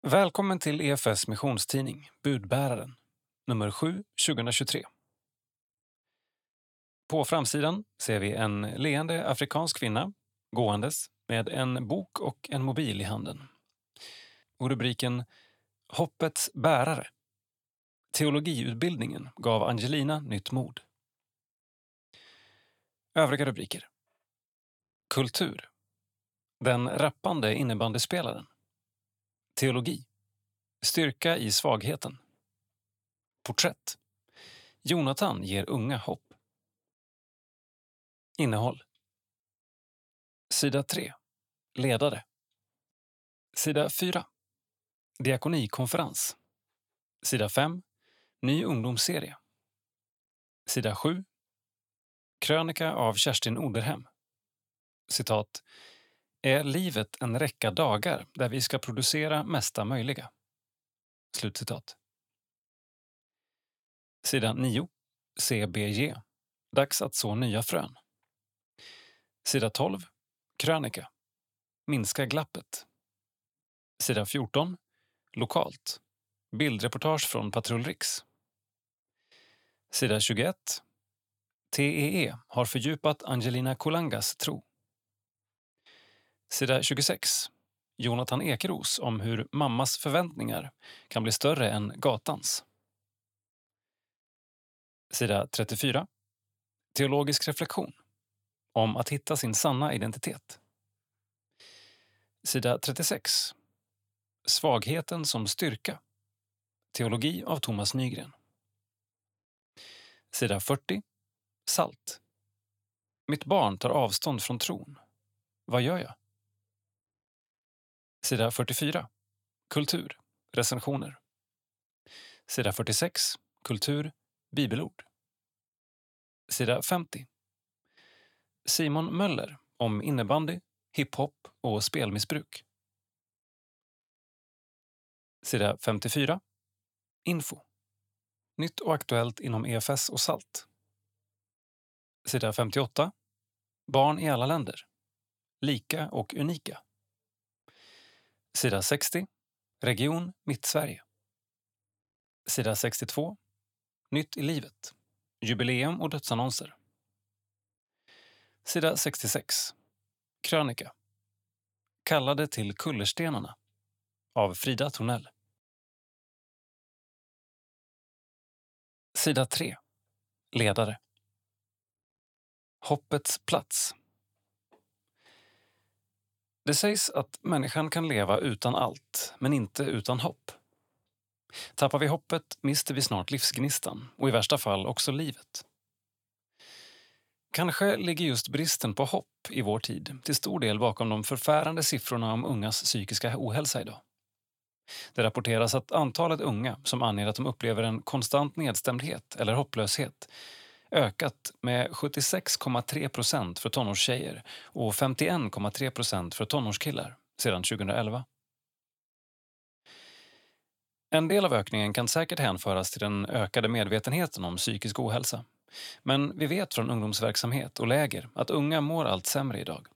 Välkommen till EFS missionstidning, Budbäraren, nummer 7, 2023. På framsidan ser vi en leende afrikansk kvinna gåendes med en bok och en mobil i handen. Och rubriken Hoppets bärare. Teologiutbildningen gav Angelina nytt mod. Övriga rubriker. Kultur. Den rappande innebandyspelaren. Teologi. Styrka i svagheten. Porträtt. Jonathan ger unga hopp. Innehåll. Sida 3. Ledare. Sida 4. Diakonikonferens. Sida 5. Ny ungdomsserie. Sida 7. Krönika av Kerstin Oderhem. Citat. Är livet en räcka dagar där vi ska producera mesta möjliga? Slutcitat. Sida 9. CBG. Dags att så nya frön. Sida 12. Krönika. Minska glappet. Sida 14. Lokalt. Bildreportage från Patrull Riks. Sida 21. TEE har fördjupat Angelina Kulangas tro. Sida 26. Jonathan Ekeros om hur mammas förväntningar kan bli större än gatans. Sida 34. Teologisk reflektion om att hitta sin sanna identitet. Sida 36. Svagheten som styrka. Teologi av Thomas Nygren. Sida 40. Salt. Mitt barn tar avstånd från tron. Vad gör jag? Sida 44. Kultur. Recensioner. Sida 46. Kultur. Bibelord. Sida 50. Simon Möller om innebandy, hiphop och spelmissbruk. Sida 54. Info. Nytt och aktuellt inom EFS och SALT. Sida 58. Barn i alla länder. Lika och unika. Sida 60. Region Mittsverige. Sida 62. Nytt i livet. Jubileum och dödsannonser. Sida 66. Krönika. Kallade till kullerstenarna. Av Frida Tornell. Sida 3. Ledare. Hoppets plats. Det sägs att människan kan leva utan allt, men inte utan hopp. Tappar vi hoppet mister vi snart livsgnistan och i värsta fall också livet. Kanske ligger just bristen på hopp i vår tid till stor del bakom de förfärande siffrorna om ungas psykiska ohälsa idag. Det rapporteras att antalet unga som anger att de upplever en konstant nedstämdhet eller hopplöshet ökat med 76,3% för tonårstjejer och 51,3% för tonårskillar sedan 2011. En del av ökningen kan säkert hänföras till den ökade medvetenheten om psykisk ohälsa. Men vi vet från ungdomsverksamhet och läger att unga mår allt sämre idag.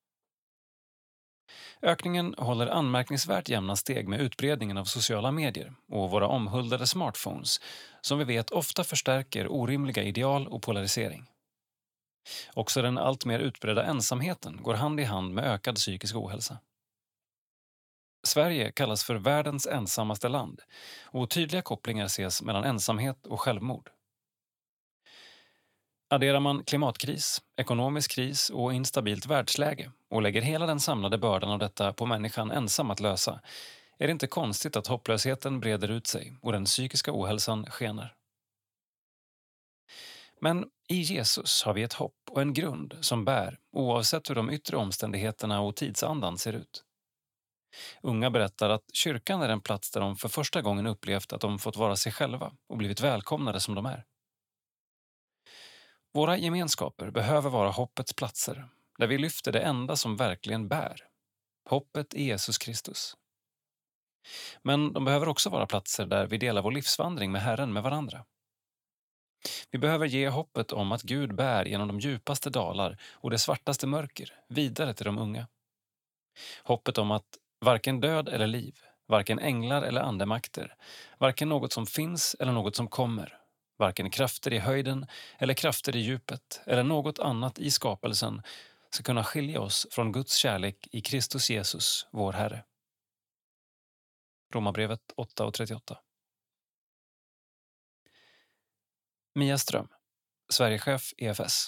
Ökningen håller anmärkningsvärt jämna steg med utbredningen av sociala medier och våra omhuldade smartphones som vi vet ofta förstärker orimliga ideal och polarisering. Också den allt mer utbredda ensamheten går hand i hand med ökad psykisk ohälsa. Sverige kallas för världens ensammaste land och tydliga kopplingar ses mellan ensamhet och självmord. Adderar man klimatkris, ekonomisk kris och instabilt världsläge och lägger hela den samlade bördan av detta på människan ensam att lösa är det inte konstigt att hopplösheten breder ut sig och den psykiska ohälsan skenar. Men i Jesus har vi ett hopp och en grund som bär oavsett hur de yttre omständigheterna och tidsandan ser ut. Unga berättar att kyrkan är en plats där de för första gången upplevt att de fått vara sig själva och blivit välkomnade som de är. Våra gemenskaper behöver vara hoppets platser, där vi lyfter det enda som verkligen bär. Hoppet i Jesus Kristus. Men de behöver också vara platser där vi delar vår livsvandring med Herren med varandra. Vi behöver ge hoppet om att Gud bär genom de djupaste dalar och det svartaste mörker vidare till de unga. Hoppet om att varken död eller liv, Varken änglar eller andemakter, varken något som finns eller något som kommer, varken krafter i höjden eller krafter i djupet eller något annat i skapelsen ska kunna skilja oss från Guds kärlek i Kristus Jesus, vår Herre. Romarbrevet 8:38. Mia Ström, Sverigechef EFS.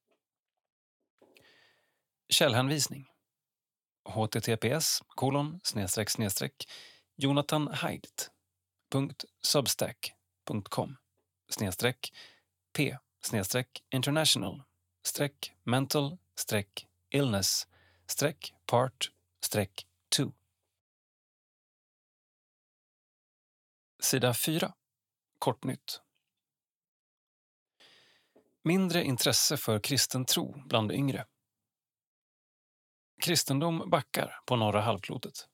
Källhänvisning: https://jonathanhaidt.substack.com/p-international-mental-illness-part-2. Sida 4. Kortnytt. Mindre intresse för kristen tro bland yngre. Kristendom backar på norra halvklotet.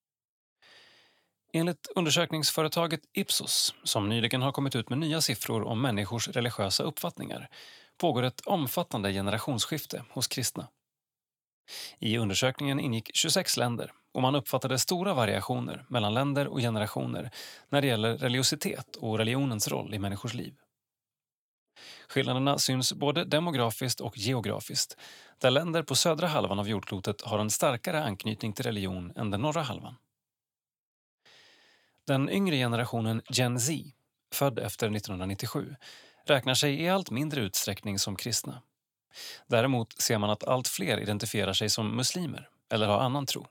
Enligt undersökningsföretaget Ipsos, som nyligen har kommit ut med nya siffror om människors religiösa uppfattningar, pågår ett omfattande generationsskifte hos kristna. I undersökningen ingick 26 länder och man uppfattade stora variationer mellan länder och generationer när det gäller religiositet och religionens roll i människors liv. Skillnaderna syns både demografiskt och geografiskt, där länder på södra halvan av jordklotet har en starkare anknytning till religion än den norra halvan. Den yngre generationen Gen Z, född efter 1997, räknar sig i allt mindre utsträckning som kristna. Däremot ser man att allt fler identifierar sig som muslimer eller har annan tro.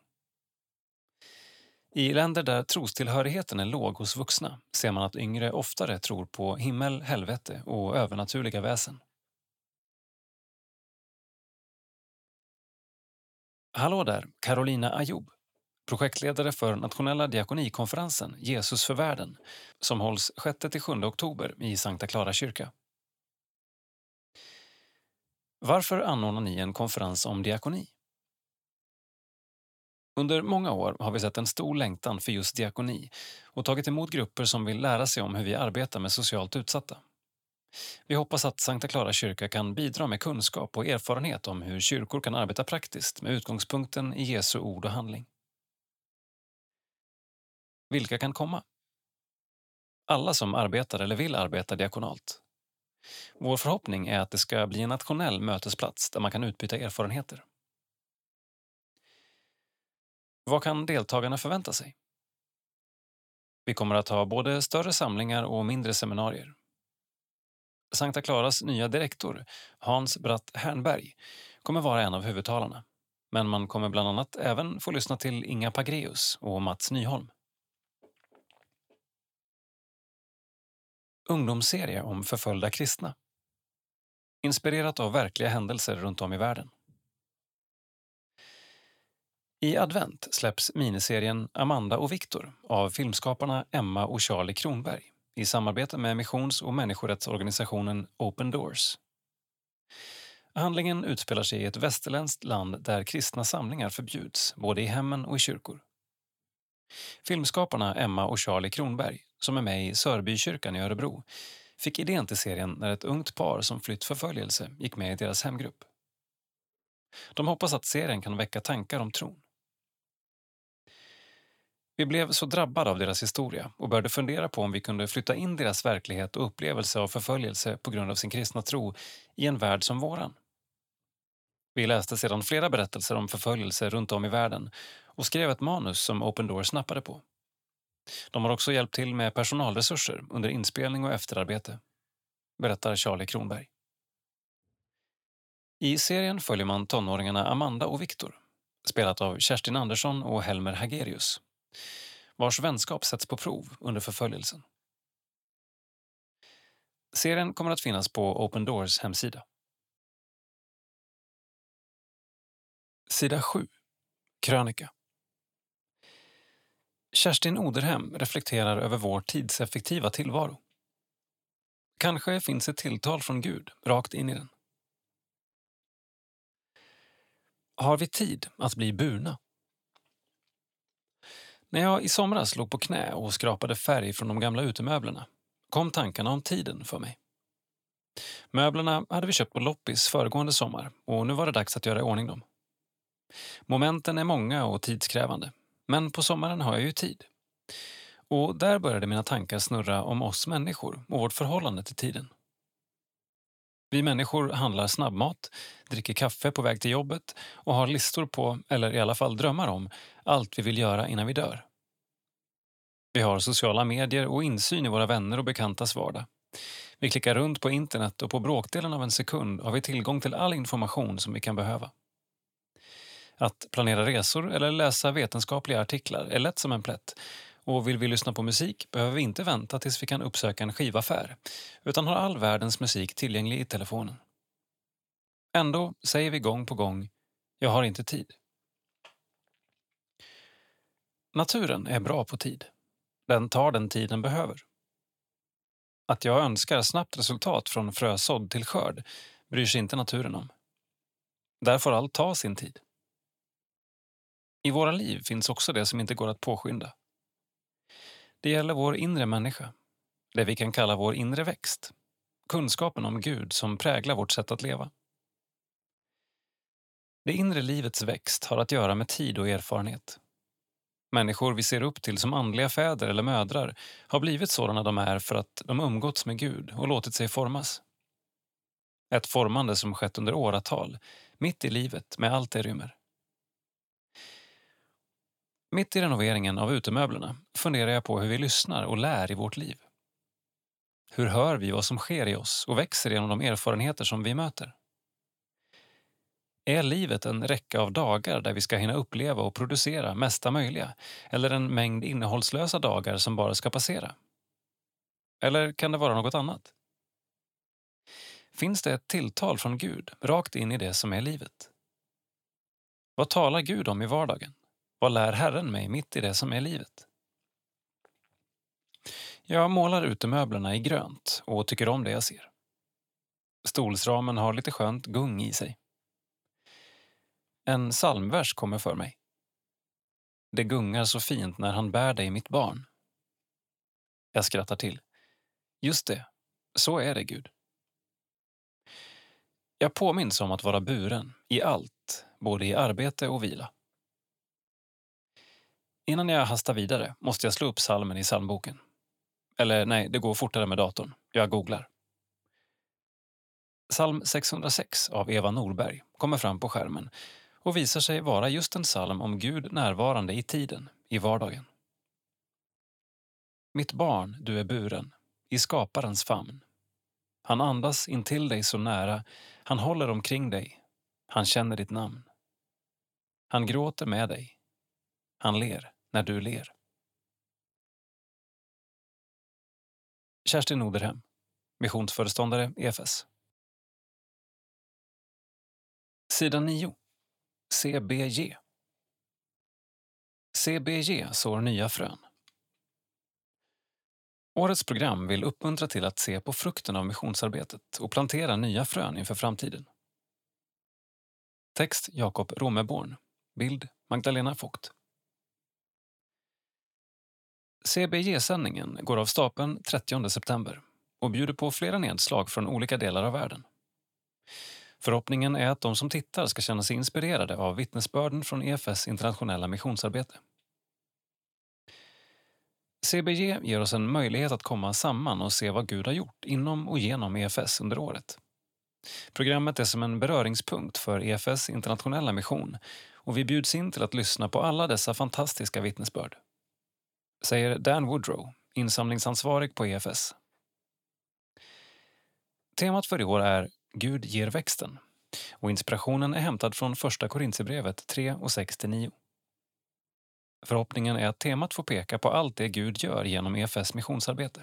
I länder där trostillhörigheten är låg hos vuxna ser man att yngre oftare tror på himmel, helvete och övernaturliga väsen. Hallå där, Carolina Ayoub, projektledare för nationella diakonikonferensen Jesus för världen, som hålls 6-7 oktober i Sankta Clara kyrka. Varför anordnar ni en konferens om diakoni? Under många år har vi sett en stor längtan för just diakoni och tagit emot grupper som vill lära sig om hur vi arbetar med socialt utsatta. Vi hoppas att Sankta Clara kyrka kan bidra med kunskap och erfarenhet om hur kyrkor kan arbeta praktiskt med utgångspunkten i Jesu ord och handling. Vilka kan komma? Alla som arbetar eller vill arbeta diakonalt. Vår förhoppning är att det ska bli en nationell mötesplats där man kan utbyta erfarenheter. Vad kan deltagarna förvänta sig? Vi kommer att ha både större samlingar och mindre seminarier. Sankta Claras nya direktor, Hans Bratt Hernberg, kommer vara en av huvudtalarna. Men man kommer bland annat även få lyssna till Inga Pagreus och Mats Nyholm. Ungdomsserie om förföljda kristna. Inspirerat av verkliga händelser runt om i världen. I advent släpps miniserien Amanda och Viktor av filmskaparna Emma och Charlie Kronberg i samarbete med missions- och människorättsorganisationen Open Doors. Handlingen utspelar sig i ett västerländskt land där kristna samlingar förbjuds, både i hemmen och i kyrkor. Filmskaparna Emma och Charlie Kronberg, som är med i Sörbykyrkan i Örebro, fick idén till serien när ett ungt par som flytt förföljelse gick med i deras hemgrupp. De hoppas att serien kan väcka tankar om tron. Vi blev så drabbade av deras historia och började fundera på om vi kunde flytta in deras verklighet och upplevelse av förföljelse på grund av sin kristna tro i en värld som våran. Vi läste sedan flera berättelser om förföljelse runt om i världen och skrev ett manus som Open Doors snappade på. De har också hjälpt till med personalresurser under inspelning och efterarbete, berättar Charlie Kronberg. I serien följer man tonåringarna Amanda och Viktor, spelat av Kerstin Andersson och Helmer Hagerius, vars vänskap sätts på prov under förföljelsen. Serien kommer att finnas på Open Doors hemsida. Sida 7. Krönika. Kerstin Oderhem reflekterar över vår tidseffektiva tillvaro. Kanske finns ett tilltal från Gud rakt in i den. Har vi tid att bli burna? När jag i somras låg på knä och skrapade färg från de gamla utemöblerna kom tankarna om tiden för mig. Möblerna hade vi köpt på loppis föregående sommar och nu var det dags att göra i ordning dem. Momenten är många och tidskrävande, men på sommaren har jag ju tid Och där började mina tankar snurra om oss människor och vårt förhållande till tiden. Vi människor handlar snabbmat, dricker kaffe på väg till jobbet och har listor på, eller i alla fall drömmar om, allt vi vill göra innan vi dör. Vi har sociala medier och insyn i våra vänner och bekantas vardag. Vi klickar runt på internet och på bråkdelen av en sekund har vi tillgång till all information som vi kan behöva. Att planera resor eller läsa vetenskapliga artiklar är lätt som en plätt. Och vill vi lyssna på musik behöver vi inte vänta tills vi kan uppsöka en skivaffär, utan har all världens musik tillgänglig i telefonen. Ändå säger vi gång på gång, jag har inte tid. Naturen är bra på tid. Den tar den tid den behöver. Att jag önskar snabbt resultat från frösådd till skörd bryr sig inte naturen om. Där får allt ta sin tid. I våra liv finns också det som inte går att påskynda. Det gäller vår inre människa, det vi kan kalla vår inre växt. Kunskapen om Gud som präglar vårt sätt att leva. Det inre livets växt har att göra med tid och erfarenhet. Människor vi ser upp till som andliga fäder eller mödrar har blivit sådana de är för att de umgåtts med Gud och låtit sig formas. Ett formande som skett under åratal, mitt i livet med allt det rymmer. Mitt i renoveringen av utemöblerna funderar jag på hur vi lyssnar och lär i vårt liv. Hur hör vi vad som sker i oss och växer genom de erfarenheter som vi möter? Är livet en räcka av dagar där vi ska hinna uppleva och producera mesta möjliga, eller en mängd innehållslösa dagar som bara ska passera? Eller kan det vara något annat? Finns det ett tilltal från Gud rakt in i det som är livet? Vad talar Gud om i vardagen? Vad lär Herren mig mitt i det som är livet? Jag målar utemöblerna i grönt och tycker om det jag ser. Stolsramen har lite skönt gung i sig. En psalmvers kommer för mig. Det gungar så fint när han bär dig, mitt barn. Jag skrattar till. Just det, så är det, Gud. Jag påminns om att vara buren i allt, både i arbete och vila. Innan jag hastar vidare måste jag slå upp psalmen i psalmboken. Eller nej, det går fortare med datorn. Jag googlar. Psalm 606 av Eva Norberg kommer fram på skärmen och visar sig vara just en psalm om Gud närvarande i tiden, i vardagen. Mitt barn, du är buren, i skaparens famn. Han andas intill dig så nära, han håller omkring dig, han känner ditt namn. Han gråter med dig, han ler när du ler. Kerstin Noderhem, missionsföreståndare EFS. Sidan 9. CBG. CBG sår nya frön. Årets program vill uppmuntra till att se på frukten av missionsarbetet och plantera nya frön inför framtiden. Text Jakob Romeborn. Bild Magdalena Vogt. CBG-sändningen går av stapeln 30 september och bjuder på flera nedslag från olika delar av världen. Förhoppningen är att de som tittar ska känna sig inspirerade av vittnesbörden från EFS internationella missionsarbete. CBG ger oss en möjlighet att komma samman och se vad Gud har gjort inom och genom EFS under året. Programmet är som en beröringspunkt för EFS internationella mission och vi bjuds in till att lyssna på alla dessa fantastiska vittnesbörd. Säger Dan Woodrow, insamlingsansvarig på EFS. Temat för i år är Gud ger växten och inspirationen är hämtad från första Korinthierbrevet 3 och 6-9. Förhoppningen är att temat får peka på allt det Gud gör genom EFS missionsarbete.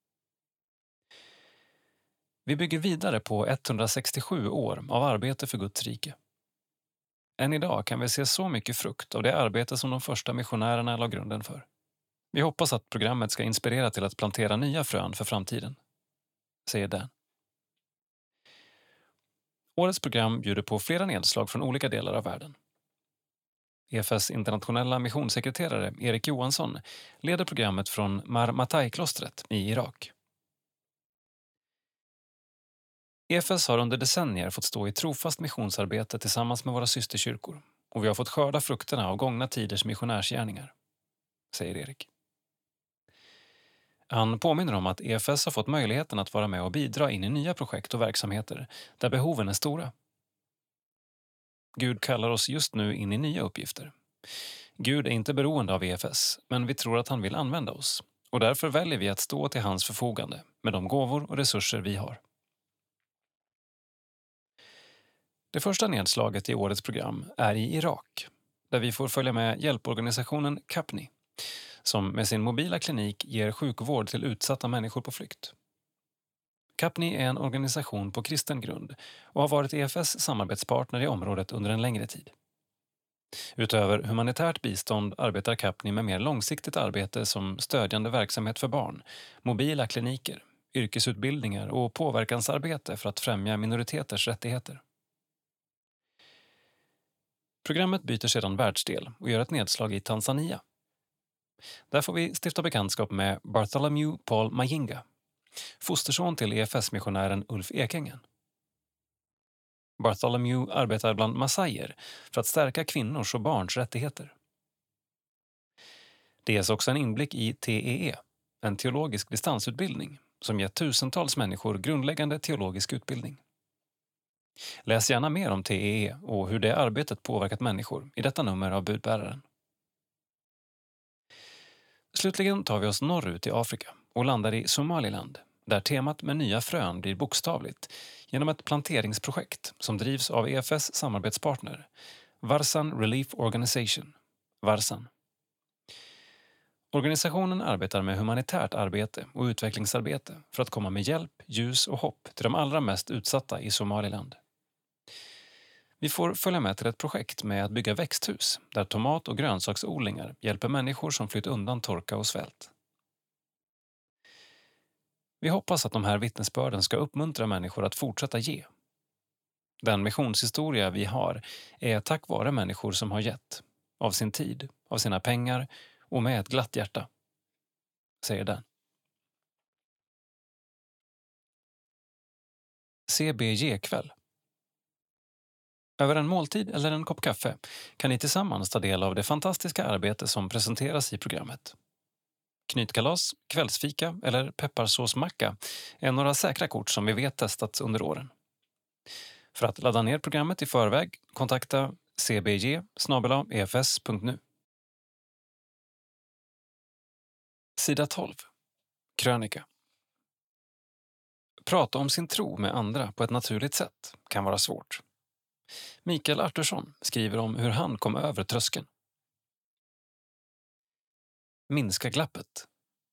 Vi bygger vidare på 167 år av arbete för Guds rike. Än idag kan vi se så mycket frukt av det arbete som de första missionärerna la grunden för. Vi hoppas att programmet ska inspirera till att plantera nya frön för framtiden, säger Dan. Årets program bjuder på flera nedslag från olika delar av världen. EFS internationella missionssekreterare Erik Johansson leder programmet från Mar-Matai-klostret i Irak. EFS har under decennier fått stå i trofast missionsarbete tillsammans med våra systerkyrkor och vi har fått skörda frukterna av gångna tiders missionärsgärningar, säger Erik. Han påminner om att EFS har fått möjligheten att vara med och bidra in i nya projekt och verksamheter där behoven är stora. Gud kallar oss just nu in i nya uppgifter. Gud är inte beroende av EFS, men vi tror att han vill använda oss. Och därför väljer vi att stå till hans förfogande med de gåvor och resurser vi har. Det första nedslaget i årets program är i Irak, där vi får följa med hjälporganisationen Capni, som med sin mobila klinik ger sjukvård till utsatta människor på flykt. Capni är en organisation på kristen grund och har varit EFS samarbetspartner i området under en längre tid. Utöver humanitärt bistånd arbetar Capni med mer långsiktigt arbete som stödjande verksamhet för barn, mobila kliniker, yrkesutbildningar och påverkansarbete för att främja minoriteters rättigheter. Programmet byter sedan världsdel och gör ett nedslag i Tanzania. Där får vi stifta bekantskap med Bartholomew Paul Mayinga, fosterson till EFS-missionären Ulf Ekängen. Bartholomew arbetar bland massajer för att stärka kvinnors och barns rättigheter. Det ges också en inblick i TEE, en teologisk distansutbildning som ger tusentals människor grundläggande teologisk utbildning. Läs gärna mer om TEE och hur det arbetet påverkat människor i detta nummer av Budbäraren. Slutligen tar vi oss norrut i Afrika och landar i Somaliland, där temat med nya frön blir bokstavligt genom ett planteringsprojekt som drivs av EFS samarbetspartner, Varsan Relief Organization, Varsan. Organisationen arbetar med humanitärt arbete och utvecklingsarbete för att komma med hjälp, ljus och hopp till de allra mest utsatta i Somaliland. Vi får följa med till ett projekt med att bygga växthus där tomat- och grönsaksodlingar hjälper människor som flytt undan torka och svält. Vi hoppas att de här vittnesbörden ska uppmuntra människor att fortsätta ge. Den missionshistoria vi har är tack vare människor som har gett, av sin tid, av sina pengar och med ett glatt hjärta, säger den. CBG-kväll. Över en måltid eller en kopp kaffe kan ni tillsammans ta del av det fantastiska arbete som presenteras i programmet. Knytkalas, kvällsfika eller pepparsåsmacka är några säkra kort som vi vet testats under åren. För att ladda ner programmet i förväg, kontakta cbg@efs.nu. Sida 12. Krönika. Prata om sin tro med andra på ett naturligt sätt kan vara svårt. Mikael Artursson skriver om hur han kom över tröskeln. Minska glappet.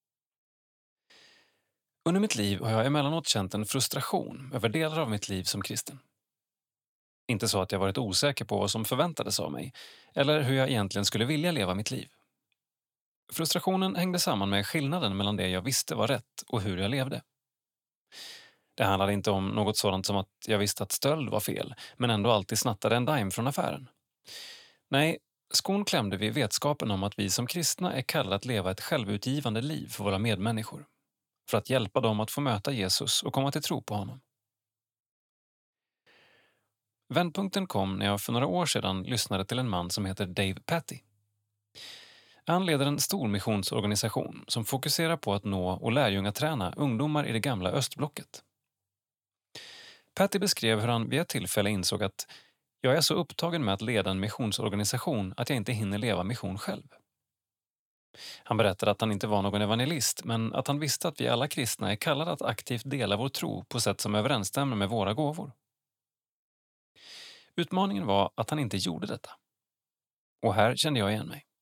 Under mitt liv har jag emellanåt känt en frustration över delar av mitt liv som kristen. Inte så att jag varit osäker på vad som förväntades av mig eller hur jag egentligen skulle vilja leva mitt liv. Frustrationen hängde samman med skillnaden mellan det jag visste var rätt och hur jag levde. Det handlade inte om något sådant som att jag visste att stöld var fel men ändå alltid snattade en dime från affären. Nej, skon klämde vid vetskapen om att vi som kristna är kallade att leva ett självutgivande liv för våra medmänniskor. För att hjälpa dem att få möta Jesus och komma till tro på honom. Vändpunkten kom när jag för några år sedan lyssnade till en man som heter Dave Patty. Han leder en stor missionsorganisation som fokuserar på att nå och lärjungaträna ungdomar i det gamla östblocket. Patty beskrev hur han vid ett tillfälle insåg att jag är så upptagen med att leda en missionsorganisation att jag inte hinner leva mission själv. Han berättade att han inte var någon evangelist men att han visste att vi alla kristna är kallade att aktivt dela vår tro på sätt som överensstämmer med våra gåvor. Utmaningen var att han inte gjorde detta. Och här kände jag igen mig.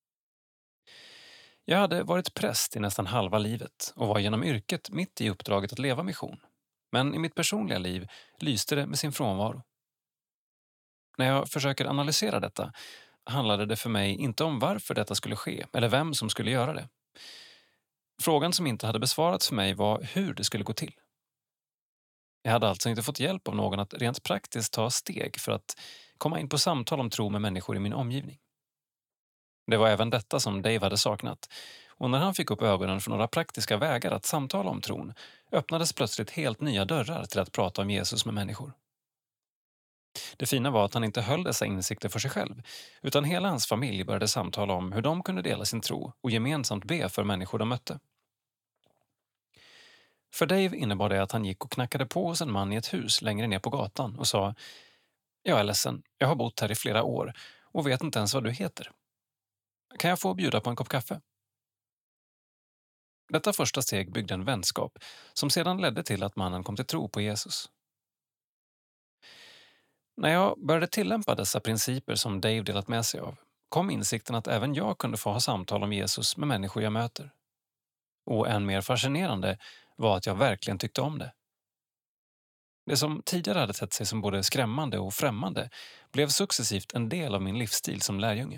Jag hade varit präst i nästan halva livet och var genom yrket mitt i uppdraget att leva mission. Men i mitt personliga liv lyste det med sin frånvaro. När jag försöker analysera detta handlade det för mig inte om varför detta skulle ske eller vem som skulle göra det. Frågan som inte hade besvarats för mig var hur det skulle gå till. Jag hade alltså inte fått hjälp av någon att rent praktiskt ta steg för att komma in på samtal om tro med människor i min omgivning. Det var även detta som Dave hade saknat, och när han fick upp ögonen för några praktiska vägar att samtala om tron öppnades plötsligt helt nya dörrar till att prata om Jesus med människor. Det fina var att han inte höll dessa insikter för sig själv, utan hela hans familj började samtala om hur de kunde dela sin tro och gemensamt be för människor de mötte. För Dave innebar det att han gick och knackade på hos en man i ett hus längre ner på gatan och sa: "Jag är ledsen, jag har bott här i flera år och vet inte ens vad du heter. Kan jag få bjuda på en kopp kaffe?" Detta första steg byggde en vänskap som sedan ledde till att mannen kom till tro på Jesus. När jag började tillämpa dessa principer som Dave delat med sig av kom insikten att även jag kunde få ha samtal om Jesus med människor jag möter. Och än mer fascinerande var att jag verkligen tyckte om det. Det som tidigare hade tett sig som både skrämmande och främmande blev successivt en del av min livsstil som lärjunge.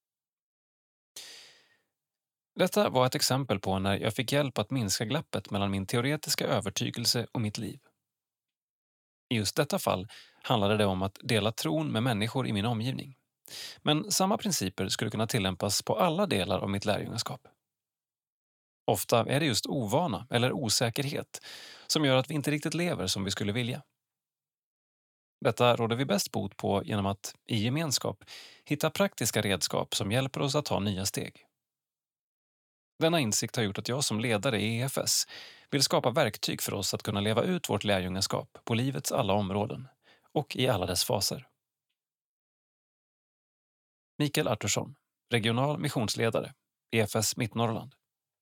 Detta var ett exempel på när jag fick hjälp att minska glappet mellan min teoretiska övertygelse och mitt liv. I just detta fall handlade det om att dela tron med människor i min omgivning. Men samma principer skulle kunna tillämpas på alla delar av mitt lärjungaskap. Ofta är det just ovana eller osäkerhet som gör att vi inte riktigt lever som vi skulle vilja. Detta råder vi bäst bot på genom att, i gemenskap, hitta praktiska redskap som hjälper oss att ta nya steg. Denna insikt har gjort att jag som ledare i EFS vill skapa verktyg för oss att kunna leva ut vårt lärjungaskap på livets alla områden och i alla dess faser. Mikael Artursson, regional missionsledare, EFS Mittnorrland.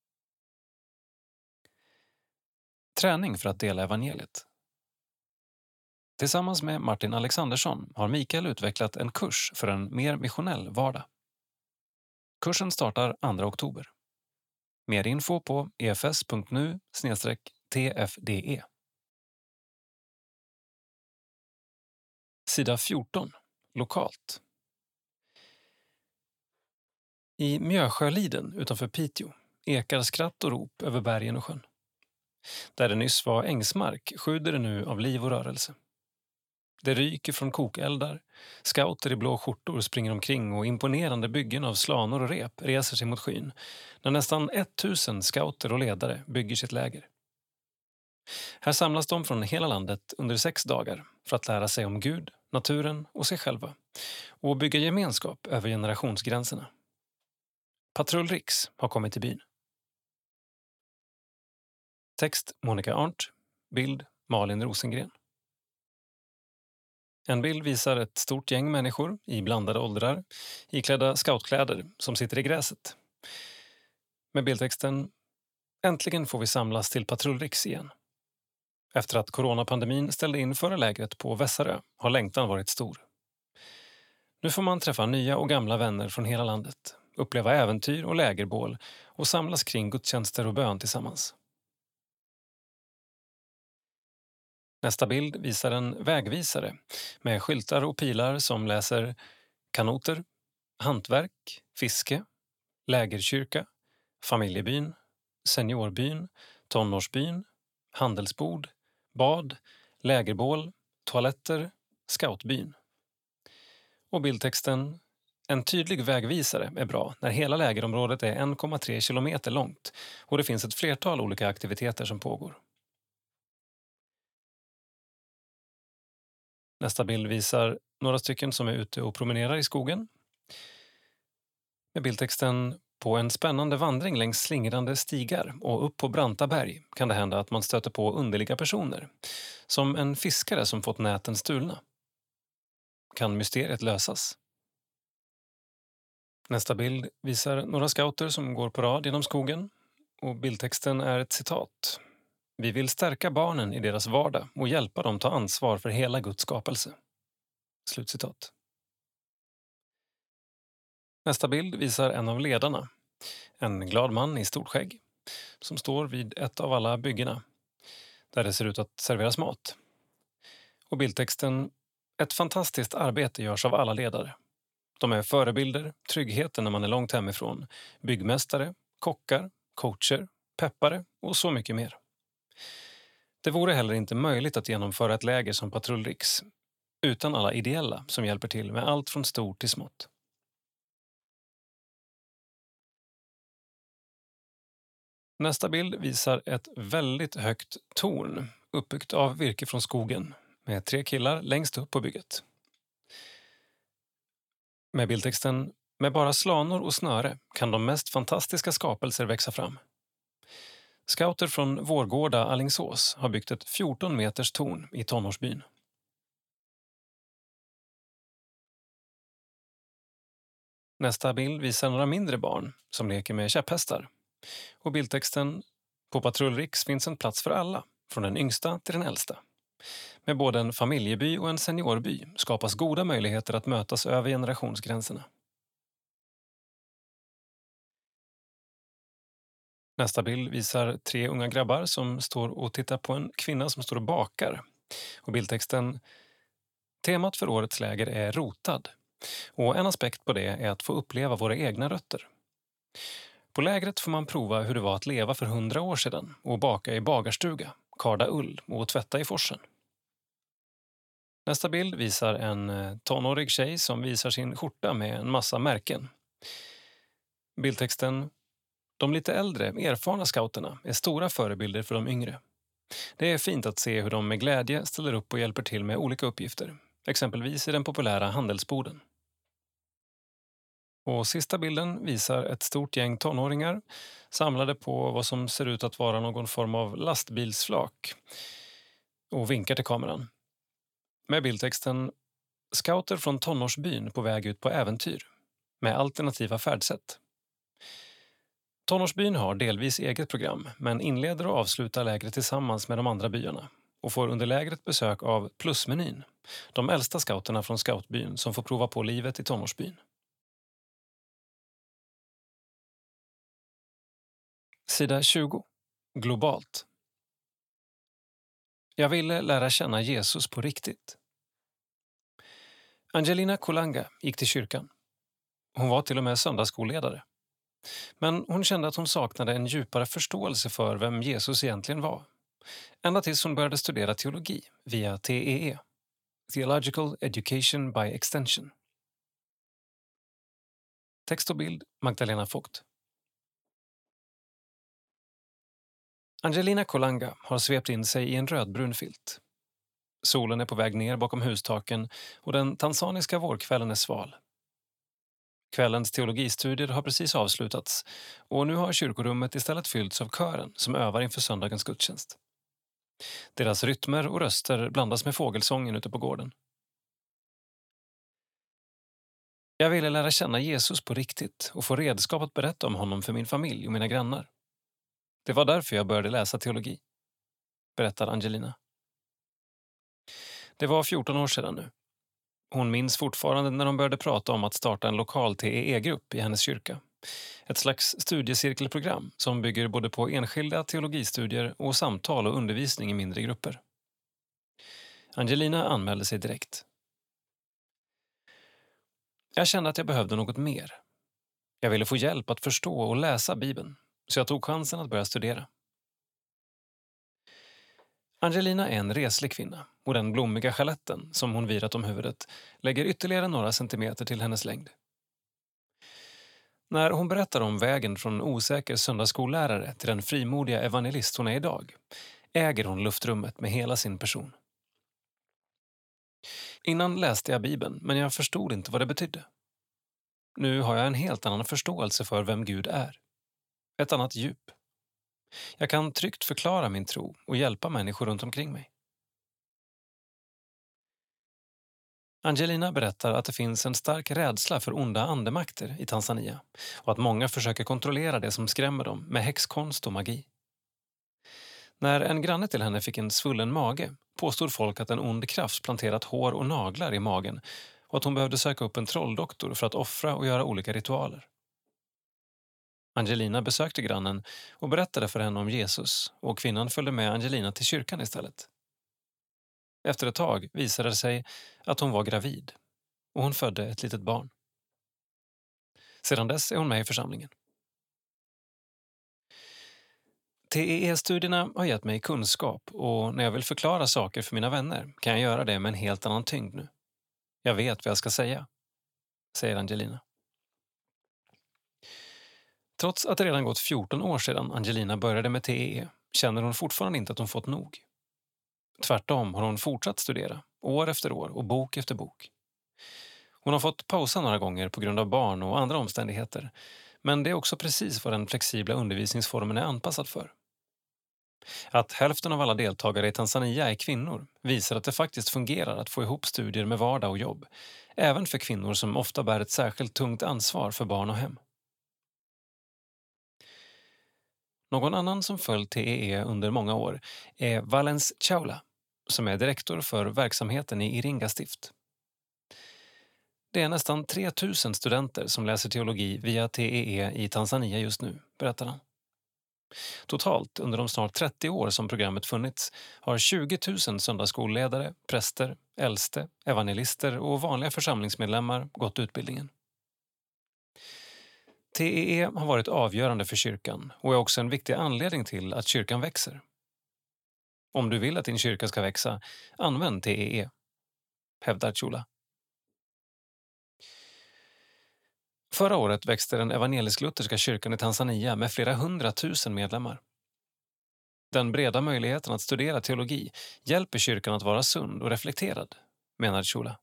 Träning för att dela evangeliet. Tillsammans med Martin Alexandersson har Mikael utvecklat en kurs för en mer missionell vardag. Kursen startar 2 oktober. Mer info på efs.nu/tfde. Sida 14. Lokalt. I Mjösjöliden utanför Piteå ekar skratt och rop över bergen och sjön. Där det nyss var ängsmark sjuder det nu av liv och rörelse. Det ryker från kokeldar, scouter i blå skjortor springer omkring och imponerande byggen av slanor och rep reser sig mot skyn när nästan 1000 scouter och ledare bygger sitt läger. Här samlas de från hela landet under 6 dagar för att lära sig om Gud, naturen och sig själva och bygga gemenskap över generationsgränserna. Patrull Riks har kommit till byn. Text Monica Arndt, bild Malin Rosengren. En bild visar ett stort gäng människor i blandade åldrar, iklädda scoutkläder som sitter i gräset. Med bildtexten: "Äntligen får vi samlas till Patrull Riks igen." Efter att coronapandemin ställde in förra lägret på Vässarö har längtan varit stor. Nu får man träffa nya och gamla vänner från hela landet, uppleva äventyr och lägerbål och samlas kring gudstjänster och bön tillsammans. Nästa bild visar en vägvisare med skyltar och pilar som läser kanoter, hantverk, fiske, lägerkyrka, familjebyn, seniorbyn, tonårsbyn, handelsbord, bad, lägerbål, toaletter, scoutbyn. Och bildtexten: "En tydlig vägvisare är bra när hela lägerområdet är 1,3 kilometer långt och det finns ett flertal olika aktiviteter som pågår." Nästa bild visar några stycken som är ute och promenerar i skogen. Med bildtexten: "På en spännande vandring längs slingrande stigar och upp på branta berg kan det hända att man stöter på underliga personer. Som en fiskare som fått näten stulna. Kan mysteriet lösas?" Nästa bild visar några scouter som går på rad genom skogen och bildtexten är ett citat: "Vi vill stärka barnen i deras vardag och hjälpa dem ta ansvar för hela Guds skapelse." Slutcitat. Nästa bild visar en av ledarna, en glad man i stort skägg, som står vid ett av alla byggena där det ser ut att serveras mat. Och bildtexten: "Ett fantastiskt arbete görs av alla ledare. De är förebilder, tryggheten när man är långt hemifrån, byggmästare, kockar, coacher, peppare och så mycket mer. Det vore heller inte möjligt att genomföra ett läger som Patrull Riks utan alla ideella som hjälper till med allt från stort till smått." Nästa bild visar ett väldigt högt torn uppbyggt av virke från skogen med 3 killar längst upp på bygget. Med bildtexten: "Med bara slanor och snöre kan de mest fantastiska skapelser växa fram. Scouter från Vårgårda, Alingsås har byggt ett 14 meters torn i tonårsbyn. Nästa bild visar några mindre barn som leker med käpphästar. Och bildtexten: på Patrull Riks finns en plats för alla, från den yngsta till den äldsta. Med både en familjeby och en seniorby skapas goda möjligheter att mötas över generationsgränserna. Nästa bild visar 3 unga grabbar som står och tittar på en kvinna som står och bakar. Och bildtexten: temat för årets läger är rotad. Och en aspekt på det är att få uppleva våra egna rötter. På lägret får man prova hur det var att leva för 100 år sedan och baka i bagarstuga, karda ull och tvätta i forsen. Nästa bild visar en tonårig tjej som visar sin skjorta med en massa märken. Bildtexten: de lite äldre, erfarna scouterna är stora förebilder för de yngre. Det är fint att se hur de med glädje ställer upp och hjälper till med olika uppgifter, exempelvis i den populära handelsboden. Och sista bilden visar ett stort gäng tonåringar samlade på vad som ser ut att vara någon form av lastbilsflak och vinkar till kameran. Med bildtexten: scouter från tonårsbyn på väg ut på äventyr med alternativa färdsätt. Tonårsbyn har delvis eget program men inleder och avslutar lägret tillsammans med de andra byarna och får under lägret besök av Plusmenyn, de äldsta scouterna från scoutbyn som får prova på livet i tonårsbyn. Sida 20. Globalt. Jag ville lära känna Jesus på riktigt. Angelina Kolanga gick till kyrkan. Hon var till och med söndagsskolledare. Men hon kände att hon saknade en djupare förståelse för vem Jesus egentligen var. Ända tills hon började studera teologi via TEE, Theological Education by Extension. Text och bild Magdalena Vogt. Angelina Kolanga har svept in sig i en rödbrun filt. Solen är på väg ner bakom hustaken och den tanzaniska vårkvällen är sval. Kvällens teologistudier har precis avslutats och nu har kyrkorummet istället fyllts av kören som övar inför söndagens gudstjänst. Deras rytmer och röster blandas med fågelsången ute på gården. Jag ville lära känna Jesus på riktigt och få redskap att berätta om honom för min familj och mina grannar. Det var därför jag började läsa teologi, berättar Angelina. Det var 14 år sedan nu. Hon minns fortfarande när de började prata om att starta en lokal TEE-grupp i hennes kyrka. Ett slags studiecirkelprogram som bygger både på enskilda teologistudier och samtal och undervisning i mindre grupper. Angelina anmälde sig direkt. Jag kände att jag behövde något mer. Jag ville få hjälp att förstå och läsa Bibeln, så jag tog chansen att börja studera. Angelina är en reslig kvinna och den blommiga chaletten som hon virat om huvudet lägger ytterligare några centimeter till hennes längd. När hon berättar om vägen från osäker söndagsskollärare till den frimodiga evangelist hon är idag, äger hon luftrummet med hela sin person. Innan läste jag Bibeln, men jag förstod inte vad det betydde. Nu har jag en helt annan förståelse för vem Gud är. Ett annat djup. Jag kan tryggt förklara min tro och hjälpa människor runt omkring mig. Angelina berättar att det finns en stark rädsla för onda andemakter i Tanzania och att många försöker kontrollera det som skrämmer dem med häxkonst och magi. När en granne till henne fick en svullen mage påstod folk att en ond kraft planterat hår och naglar i magen och att hon behövde söka upp en trolldoktor för att offra och göra olika ritualer. Angelina besökte grannen och berättade för henne om Jesus och kvinnan följde med Angelina till kyrkan istället. Efter ett tag visade det sig att hon var gravid och hon födde ett litet barn. Sedan dess är hon med i församlingen. TEE-studierna har gett mig kunskap och när jag vill förklara saker för mina vänner kan jag göra det med en helt annan tyngd nu. Jag vet vad jag ska säga, säger Angelina. Trots att det redan gått 14 år sedan Angelina började med TEE känner hon fortfarande inte att hon fått nog. Tvärtom har hon fortsatt studera, år efter år och bok efter bok. Hon har fått pausa några gånger på grund av barn och andra omständigheter, men det är också precis vad den flexibla undervisningsformen är anpassad för. Att hälften av alla deltagare i Tanzania är kvinnor visar att det faktiskt fungerar att få ihop studier med vardag och jobb, även för kvinnor som ofta bär ett särskilt tungt ansvar för barn och hem. Någon annan som följt TEE under många år är Valens Chaula, som är direktor för verksamheten i Iringa stift. Det är nästan 3000 studenter som läser teologi via TEE i Tanzania just nu, berättar han. Totalt under de snart 30 år som programmet funnits har 20 000 söndagsskolledare, präster, äldste, evangelister och vanliga församlingsmedlemmar gått utbildningen. TEE har varit avgörande för kyrkan och är också en viktig anledning till att kyrkan växer. Om du vill att din kyrka ska växa, använd TEE, hävdar Chula. Förra året växte den evangelisk-lutherska kyrkan i Tanzania med flera 100 000 medlemmar. Den breda möjligheten att studera teologi hjälper kyrkan att vara sund och reflekterad, menar Chula.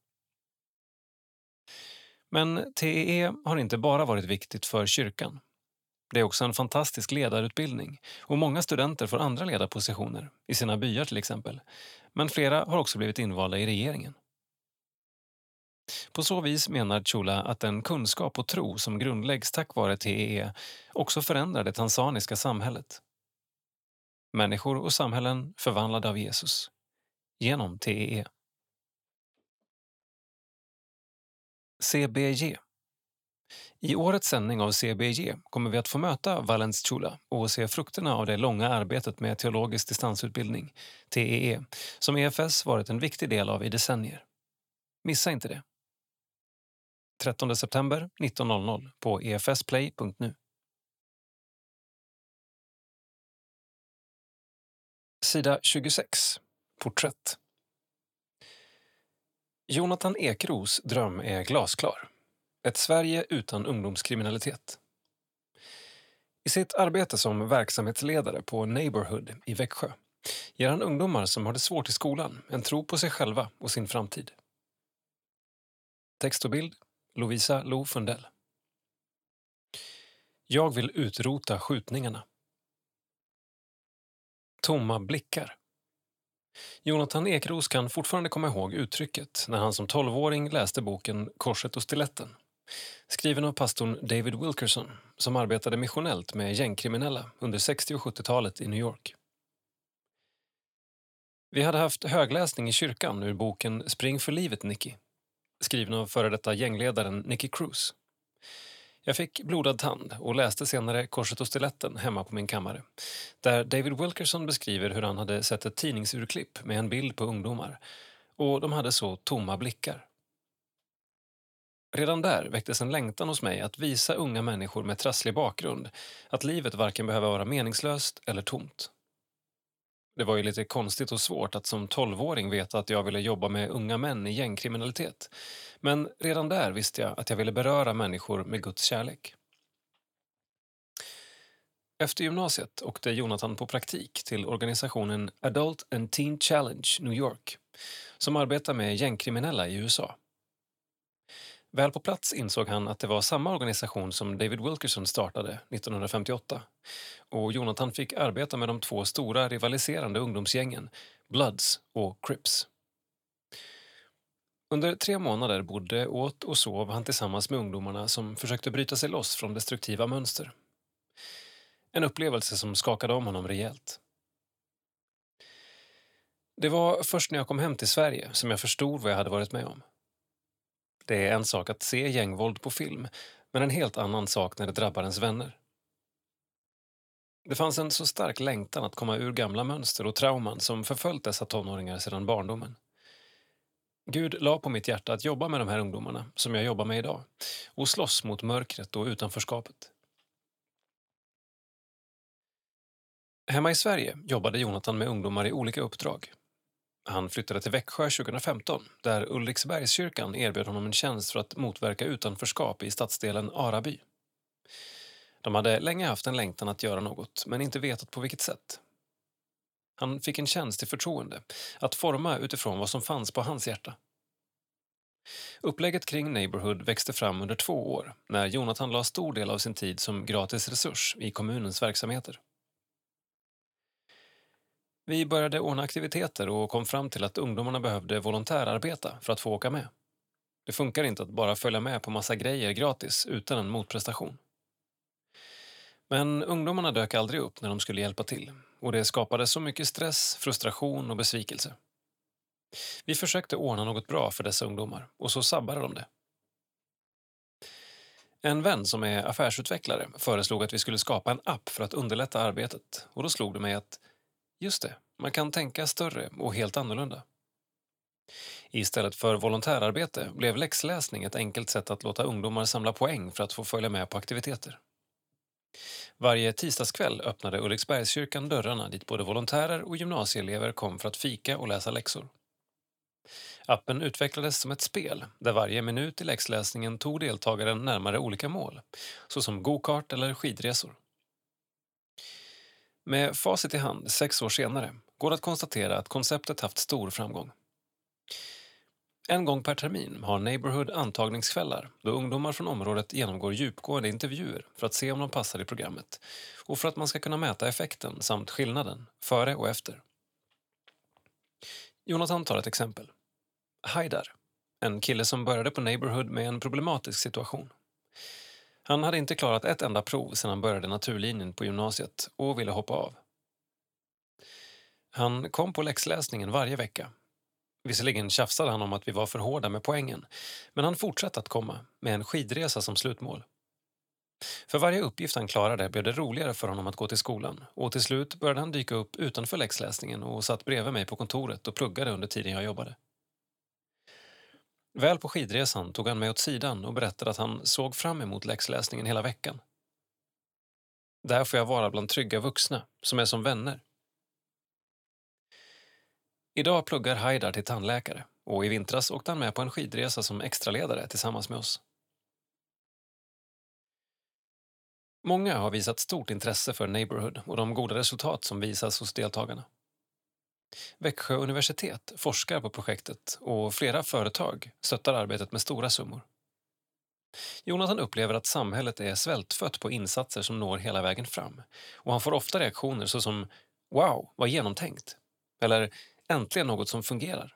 Men TEE har inte bara varit viktigt för kyrkan. Det är också en fantastisk ledarutbildning och många studenter får andra ledarpositioner, i sina byar till exempel. Men flera har också blivit invalda i regeringen. På så vis menar Chula att den kunskap och tro som grundläggs tack vare TEE också förändrar det tanzaniska samhället. Människor och samhällen förvandlade av Jesus. Genom TEE. CBG. I årets sändning av CBG kommer vi att få möta Valens Chula och se frukterna av det långa arbetet med teologisk distansutbildning, TEE, som EFS varit en viktig del av i decennier. Missa inte det. 13 september 19.00 på efsplay.nu. Sida 26. Porträtt. Jonathan Ekros dröm är glasklar. Ett Sverige utan ungdomskriminalitet. I sitt arbete som verksamhetsledare på Neighborhood i Växjö ger han ungdomar som har det svårt i skolan en tro på sig själva och sin framtid. Text och bild Lovisa Lo Fundell. Jag vill utrota skjutningarna. Tomma blickar. Jonathan Ekros kan fortfarande komma ihåg uttrycket när han som 12-åring läste boken Korset och stiletten, skriven av pastorn David Wilkerson som arbetade missionellt med gängkriminella under 60- och 70-talet i New York. Vi hade haft högläsning i kyrkan ur boken Spring för livet, Nicky, skriven av före detta gängledaren Nicky Cruz. Jag fick blodad tand och läste senare Korset och stiletten hemma på min kammare, där David Wilkerson beskriver hur han hade sett ett tidningsurklipp med en bild på ungdomar och de hade så tomma blickar. Redan där väcktes en längtan hos mig att visa unga människor med trasslig bakgrund att livet varken behöver vara meningslöst eller tomt. Det var ju lite konstigt och svårt att som 12-åring veta att jag ville jobba med unga män i gängkriminalitet. Men redan där visste jag att jag ville beröra människor med Guds kärlek. Efter gymnasiet åkte Jonathan på praktik till organisationen Adult and Teen Challenge New York, som arbetar med gängkriminella i USA. Väl på plats insåg han att det var samma organisation som David Wilkerson startade 1958 och Jonathan fick arbeta med de två stora rivaliserande ungdomsgängen, Bloods och Crips. Under 3 månader bodde, åt och sov han tillsammans med ungdomarna som försökte bryta sig loss från destruktiva mönster. En upplevelse som skakade om honom rejält. Det var först när jag kom hem till Sverige som jag förstod vad jag hade varit med om. Det är en sak att se gängvåld på film, men en helt annan sak när det drabbar ens vänner. Det fanns en så stark längtan att komma ur gamla mönster och trauman som förföljt dessa tonåringar sedan barndomen. Gud la på mitt hjärta att jobba med de här ungdomarna, som jag jobbar med idag, och slåss mot mörkret och utanförskapet. Hemma i Sverige jobbade Jonathan med ungdomar i olika uppdrag. Han flyttade till Växjö 2015, där Ulriksbergskyrkan erbjöd honom en tjänst för att motverka utanförskap i stadsdelen Araby. De hade länge haft en längtan att göra något, men inte vetat på vilket sätt. Han fick en tjänst i förtroende, att forma utifrån vad som fanns på hans hjärta. Upplägget kring Neighborhood växte fram under 2 år, när Jonathan la stor del av sin tid som gratis resurs i kommunens verksamheter. Vi började ordna aktiviteter och kom fram till att ungdomarna behövde volontärarbeta för att få åka med. Det funkar inte att bara följa med på massa grejer gratis utan en motprestation. Men ungdomarna dök aldrig upp när de skulle hjälpa till och det skapade så mycket stress, frustration och besvikelse. Vi försökte ordna något bra för dessa ungdomar och så sabbade de det. En vän som är affärsutvecklare föreslog att vi skulle skapa en app för att underlätta arbetet och då slog det mig att just det, man kan tänka större och helt annorlunda. Istället för volontärarbete blev läxläsning ett enkelt sätt att låta ungdomar samla poäng för att få följa med på aktiviteter. Varje tisdagskväll öppnade Ulriksbergskyrkan dörrarna dit både volontärer och gymnasieelever kom för att fika och läsa läxor. Appen utvecklades som ett spel där varje minut i läxläsningen tog deltagaren närmare olika mål, såsom go-kart eller skidresor. Med facit i hand 6 år senare går det att konstatera att konceptet haft stor framgång. En gång per termin har Neighborhood antagningskvällar då ungdomar från området genomgår djupgående intervjuer för att se om de passar i programmet och för att man ska kunna mäta effekten samt skillnaden före och efter. Jonathan tar ett exempel. Haidar, en kille som började på Neighborhood med en problematisk situation. Han hade inte klarat ett enda prov sedan han började naturlinjen på gymnasiet och ville hoppa av. Han kom på läxläsningen varje vecka. Visserligen tjafsade han om att vi var för hårda med poängen, men han fortsatte att komma med en skidresa som slutmål. För varje uppgift han klarade blev det roligare för honom att gå till skolan och till slut började han dyka upp utanför läxläsningen och satt bredvid mig på kontoret och pluggade under tiden jag jobbade. Väl på skidresan tog han mig åt sidan och berättade att han såg fram emot läxläsningen hela veckan. Där får jag vara bland trygga vuxna som är som vänner. Idag pluggar Haidar till tandläkare och i vintras åkte han med på en skidresa som extraledare tillsammans med oss. Många har visat stort intresse för Neighborhood och de goda resultat som visas hos deltagarna. Växjö universitet forskar på projektet och flera företag stöttar arbetet med stora summor. Jonathan upplever att samhället är svältfött på insatser som når hela vägen fram och han får ofta reaktioner såsom "Wow, vad genomtänkt!" eller "Äntligen något som fungerar!"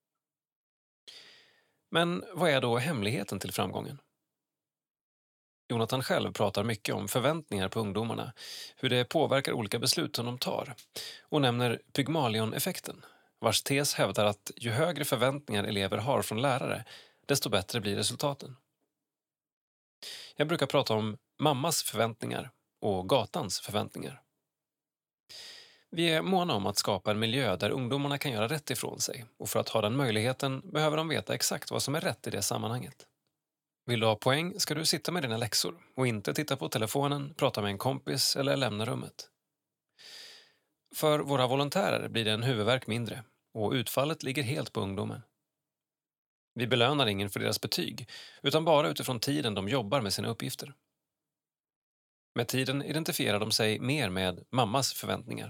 Men vad är då hemligheten till framgången? Jonathan själv pratar mycket om förväntningar på ungdomarna, hur det påverkar olika beslut som de tar och nämner Pygmalion-effekten, vars tes hävdar att ju högre förväntningar elever har från lärare, desto bättre blir resultaten. Jag brukar prata om mammas förväntningar och gatans förväntningar. Vi är måna om att skapa en miljö där ungdomarna kan göra rätt ifrån sig och för att ha den möjligheten behöver de veta exakt vad som är rätt i det sammanhanget. Vill du ha poäng ska du sitta med dina läxor och inte titta på telefonen, prata med en kompis eller lämna rummet. För våra volontärer blir det en huvudvärk mindre och utfallet ligger helt på ungdomen. Vi belönar ingen för deras betyg utan bara utifrån tiden de jobbar med sina uppgifter. Med tiden identifierar de sig mer med mammas förväntningar.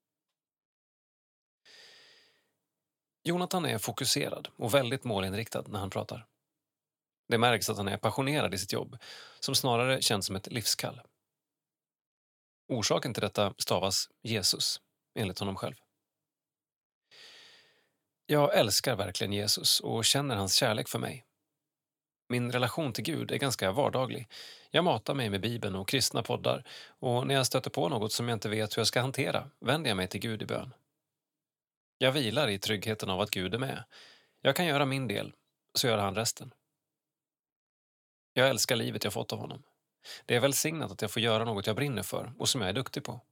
Jonathan är fokuserad och väldigt målinriktad när han pratar. Det märks att han är passionerad i sitt jobb, som snarare känns som ett livskall. Orsaken till detta stavas Jesus, enligt honom själv. Jag älskar verkligen Jesus och känner hans kärlek för mig. Min relation till Gud är ganska vardaglig. Jag matar mig med Bibeln och kristna poddar och när jag stöter på något som jag inte vet hur jag ska hantera vänder jag mig till Gud i bön. Jag vilar i tryggheten av att Gud är med. Jag kan göra min del, så gör han resten. Jag älskar livet jag fått av honom. Det är välsignat att jag får göra något jag brinner för och som jag är duktig på.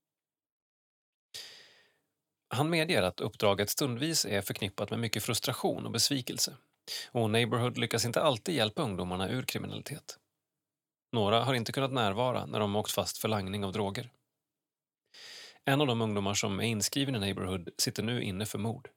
Han medger att uppdraget stundvis är förknippat med mycket frustration och besvikelse. Och Neighborhood lyckas inte alltid hjälpa ungdomarna ur kriminalitet. Några har inte kunnat närvara när de åkt fast för langning av droger. En av de ungdomar som är inskriven i Neighborhood sitter nu inne för mord.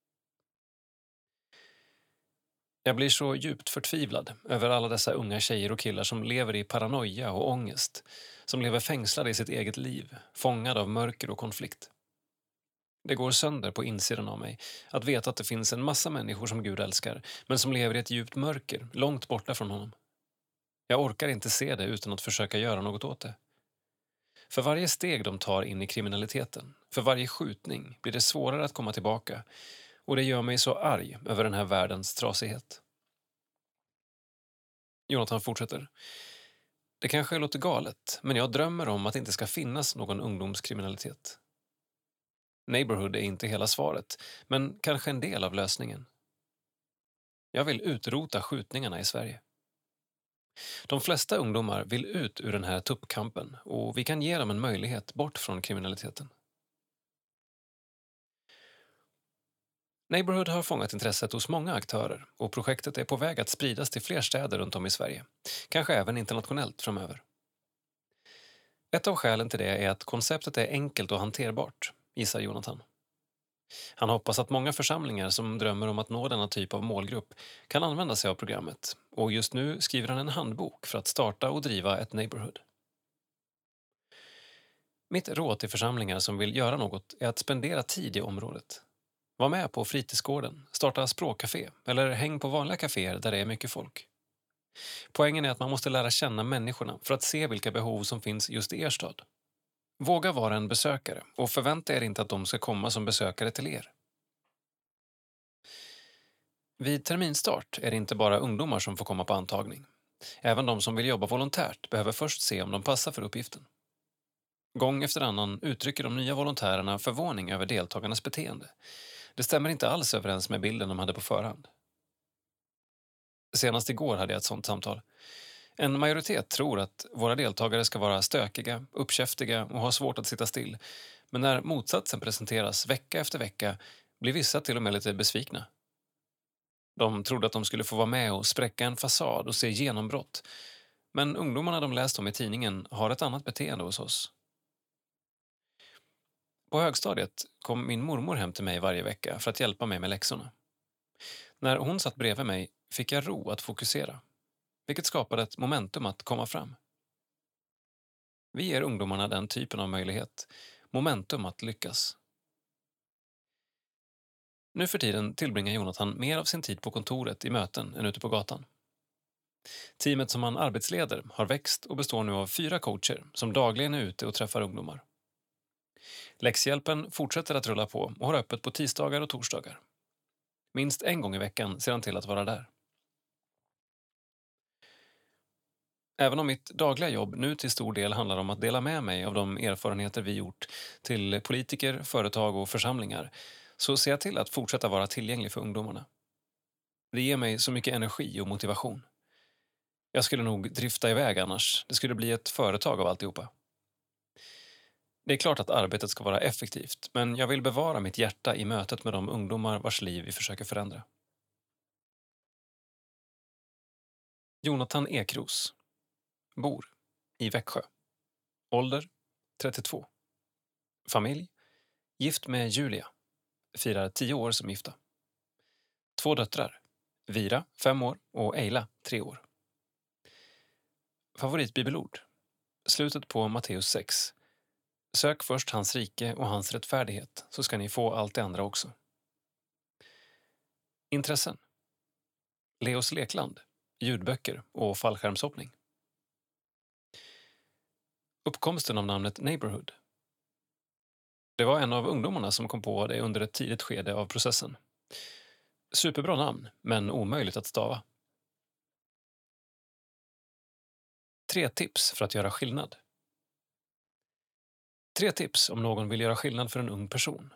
Jag blir så djupt förtvivlad över alla dessa unga tjejer och killar som lever i paranoia och ångest, som lever fängslade i sitt eget liv, fångade av mörker och konflikt. Det går sönder på insidan av mig att veta att det finns en massa människor som Gud älskar, men som lever i ett djupt mörker, långt borta från honom. Jag orkar inte se det utan att försöka göra något åt det. För varje steg de tar in i kriminaliteten För varje skjutning blir det svårare att komma tillbaka och det gör mig så arg över den här världens trasighet. Jonathan fortsätter. Det kanske låter galet, men jag drömmer om att det inte ska finnas någon ungdomskriminalitet. Neighborhood är inte hela svaret, men kanske en del av lösningen. Jag vill utrota skjutningarna i Sverige. De flesta ungdomar vill ut ur den här tuppkampen och vi kan ge dem en möjlighet bort från kriminaliteten. Neighborhood har fångat intresset hos många aktörer och projektet är på väg att spridas till fler städer runt om i Sverige, kanske även internationellt framöver. Ett av skälen till det är att konceptet är enkelt och hanterbart, gissar Jonathan. Han hoppas att många församlingar som drömmer om att nå denna typ av målgrupp kan använda sig av programmet och just nu skriver han en handbok för att starta och driva ett neighborhood. Mitt råd till församlingar som vill göra något är att spendera tid i området. Var med på fritidsgården, starta språkcafé eller häng på vanliga kaféer där det är mycket folk. Poängen är att man måste lära känna människorna för att se vilka behov som finns just i er stad. Våga vara en besökare och förvänta er inte att de ska komma som besökare till er. Vid terminstart är det inte bara ungdomar som får komma på antagning. Även de som vill jobba volontärt behöver först se om de passar för uppgiften. Gång efter annan uttrycker de nya volontärerna förvåning över deltagarnas beteende. Det stämmer inte alls överens med bilden de hade på förhand. Senast igår hade jag ett sånt samtal. En majoritet tror att våra deltagare ska vara stökiga, uppkäftiga och ha svårt att sitta still. Men när motsatsen presenteras vecka efter vecka blir vissa till och med lite besvikna. De trodde att de skulle få vara med och spräcka en fasad och se genombrott. Men ungdomarna de läst om i tidningen har ett annat beteende hos oss. På högstadiet kom min mormor hem till mig varje vecka för att hjälpa mig med läxorna. När hon satt bredvid mig fick jag ro att fokusera, vilket skapade ett momentum att komma fram. Vi ger ungdomarna den typen av möjlighet, momentum att lyckas. Nu för tiden tillbringar Jonathan mer av sin tid på kontoret i möten än ute på gatan. Teamet som han arbetsleder har växt och består nu av 4 coacher som dagligen är ute och träffar ungdomar. Läxhjälpen fortsätter att rulla på och har öppet på tisdagar och torsdagar. Minst en gång i veckan ser han till att vara där. Även om mitt dagliga jobb nu till stor del handlar om att dela med mig av de erfarenheter vi gjort till politiker, företag och församlingar, så ser jag till att fortsätta vara tillgänglig för ungdomarna. Det ger mig så mycket energi och motivation. Jag skulle nog drifta iväg annars. Det skulle bli ett företag av alltihopa. Det är klart att arbetet ska vara effektivt, men jag vill bevara mitt hjärta i mötet med de ungdomar vars liv vi försöker förändra. Jonathan Ekros. Bor i Växjö. Ålder 32. Familj. Gift med Julia. Firar 10 år som gifta. 2 döttrar. Vira, 5 år, och Eila, 3 år. Favoritbibelord. Slutet på Matteus 6. Sök först hans rike och hans rättfärdighet, så ska ni få allt det andra också. Intressen. Leos lekland, ljudböcker och fallskärmshoppning. Uppkomsten av namnet Neighborhood. Det var en av ungdomarna som kom på det under ett tidigt skede av processen. Superbra namn, men omöjligt att stava. 3 tips för att göra skillnad. 3 tips om någon vill göra skillnad för en ung person.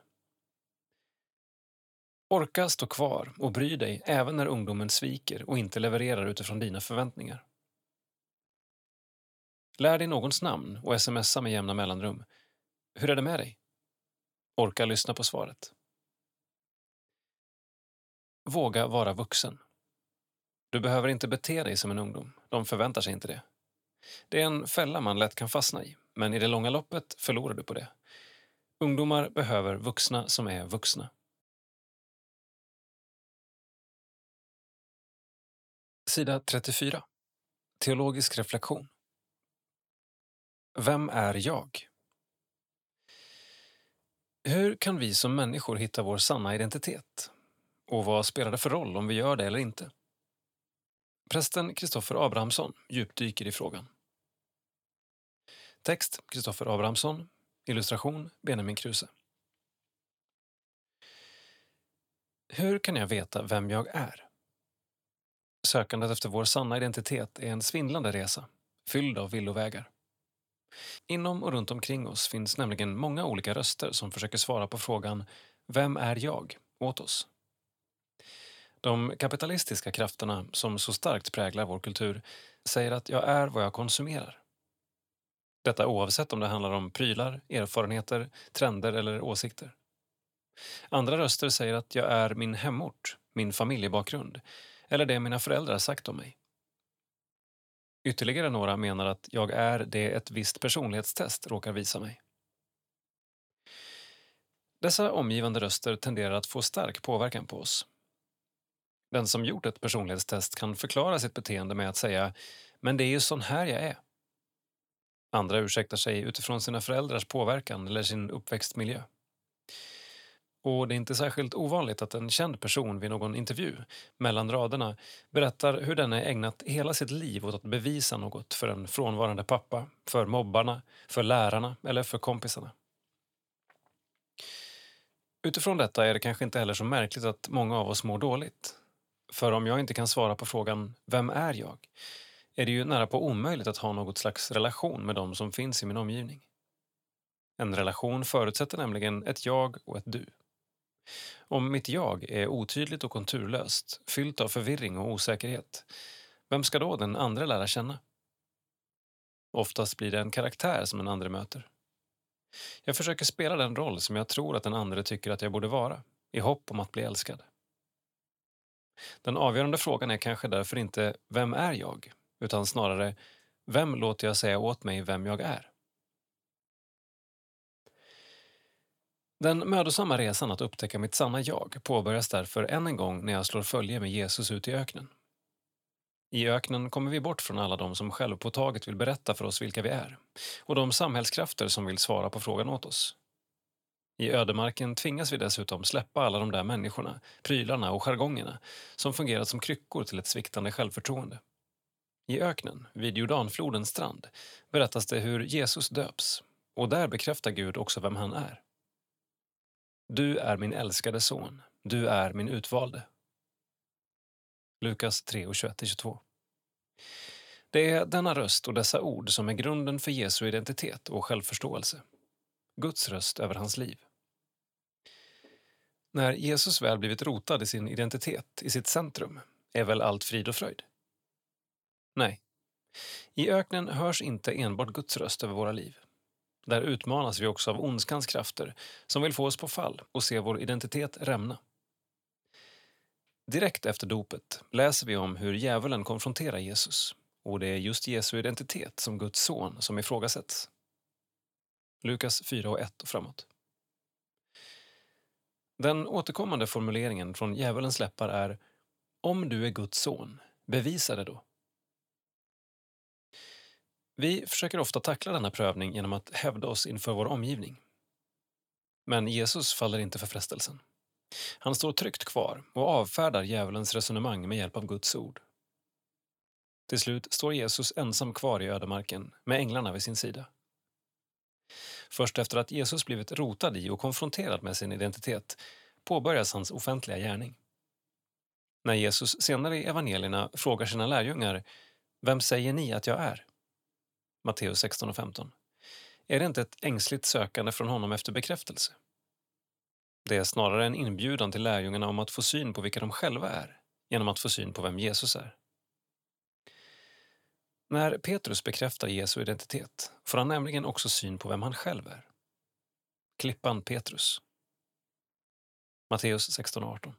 Orka stå kvar och bry dig även när ungdomen sviker och inte levererar utifrån dina förväntningar. Lär dig någons namn och smsa med jämna mellanrum. Hur är det med dig? Orka lyssna på svaret. Våga vara vuxen. Du behöver inte bete dig som en ungdom. De förväntar sig inte det. Det är en fälla man lätt kan fastna i, men i det långa loppet förlorar du på det. Ungdomar behöver vuxna som är vuxna. Sida 34. Teologisk reflektion. Vem är jag? Hur kan vi som människor hitta vår sanna identitet? Och vad spelar det för roll om vi gör det eller inte? Prästen Kristoffer Abrahamsson djupdyker i frågan. Text Kristoffer Abrahamsson. Illustration Benjamin Kruse. Hur kan jag veta vem jag är? Sökandet efter vår sanna identitet är en svindlande resa, fylld av villovägar. Inom och runt omkring oss finns nämligen många olika röster som försöker svara på frågan "Vem är jag?" åt oss. De kapitalistiska krafterna som så starkt präglar vår kultur säger att jag är vad jag konsumerar. Detta oavsett om det handlar om prylar, erfarenheter, trender eller åsikter. Andra röster säger att jag är min hemort, min familjebakgrund eller det mina föräldrar sagt om mig. Ytterligare några menar att jag är det ett visst personlighetstest råkar visa mig. Dessa omgivande röster tenderar att få stark påverkan på oss. Den som gjort ett personlighetstest kan förklara sitt beteende med att säga "men det är ju sån här jag är". Andra ursäktar sig utifrån sina föräldrars påverkan eller sin uppväxtmiljö. Och det är inte särskilt ovanligt att en känd person vid någon intervju, mellan raderna, berättar hur den är ägnat hela sitt liv åt att bevisa något för en frånvarande pappa, för mobbarna, för lärarna eller för kompisarna. Utifrån detta är det kanske inte heller så märkligt att många av oss mår dåligt. För om jag inte kan svara på frågan "Vem är jag?" är det ju nära på omöjligt att ha något slags relation med de som finns i min omgivning. En relation förutsätter nämligen ett jag och ett du. Om mitt jag är otydligt och konturlöst, fyllt av förvirring och osäkerhet, vem ska då den andra lära känna? Oftast blir det en karaktär som den andra möter. Jag försöker spela den roll som jag tror att den andra tycker att jag borde vara, i hopp om att bli älskad. Den avgörande frågan är kanske därför inte "Vem är jag?" utan snarare "Vem låter jag säga åt mig vem jag är?" Den mödosamma resan att upptäcka mitt sanna jag påbörjas därför än en gång när jag slår följe med Jesus ut i öknen. I öknen kommer vi bort från alla de som självpåtaget vill berätta för oss vilka vi är och de samhällskrafter som vill svara på frågan åt oss. I ödemarken tvingas vi dessutom släppa alla de där människorna, prylarna och jargongerna som fungerat som kryckor till ett sviktande självförtroende. I öknen, vid Jordanflodens strand, berättas det hur Jesus döps och där bekräftar Gud också vem han är. Du är min älskade son, du är min utvalde. Lukas 3 och 21-22. Det är denna röst och dessa ord som är grunden för Jesu identitet och självförståelse. Guds röst över hans liv. När Jesus väl blivit rotad i sin identitet, i sitt centrum, är väl allt frid och fröjd? Nej. I öknen hörs inte enbart Guds röst över våra liv. Där utmanas vi också av ondskans krafter som vill få oss på fall och se vår identitet rämna. Direkt efter dopet läser vi om hur djävulen konfronterar Jesus och det är just Jesu identitet som Guds son som ifrågasätts. Lukas 4 och 1 och framåt. Den återkommande formuleringen från djävulens läppar är "Om du är Guds son, bevisa det då." Vi försöker ofta tackla denna prövning genom att hävda oss inför vår omgivning. Men Jesus faller inte för frestelsen. Han står tryggt kvar och avfärdar djävulens resonemang med hjälp av Guds ord. Till slut står Jesus ensam kvar i ödemarken med änglarna vid sin sida. Först efter att Jesus blivit rotad i och konfronterad med sin identitet påbörjas hans offentliga gärning. När Jesus senare i evangelierna frågar sina lärjungar "Vem säger ni att jag är?" Matteus 16 och 15. Är det inte ett ängsligt sökande från honom efter bekräftelse? Det är snarare en inbjudan till lärjungarna om att få syn på vilka de själva är, genom att få syn på vem Jesus är. När Petrus bekräftar Jesu identitet får han nämligen också syn på vem han själv är. Klippan Petrus. Matteus 16 och 18.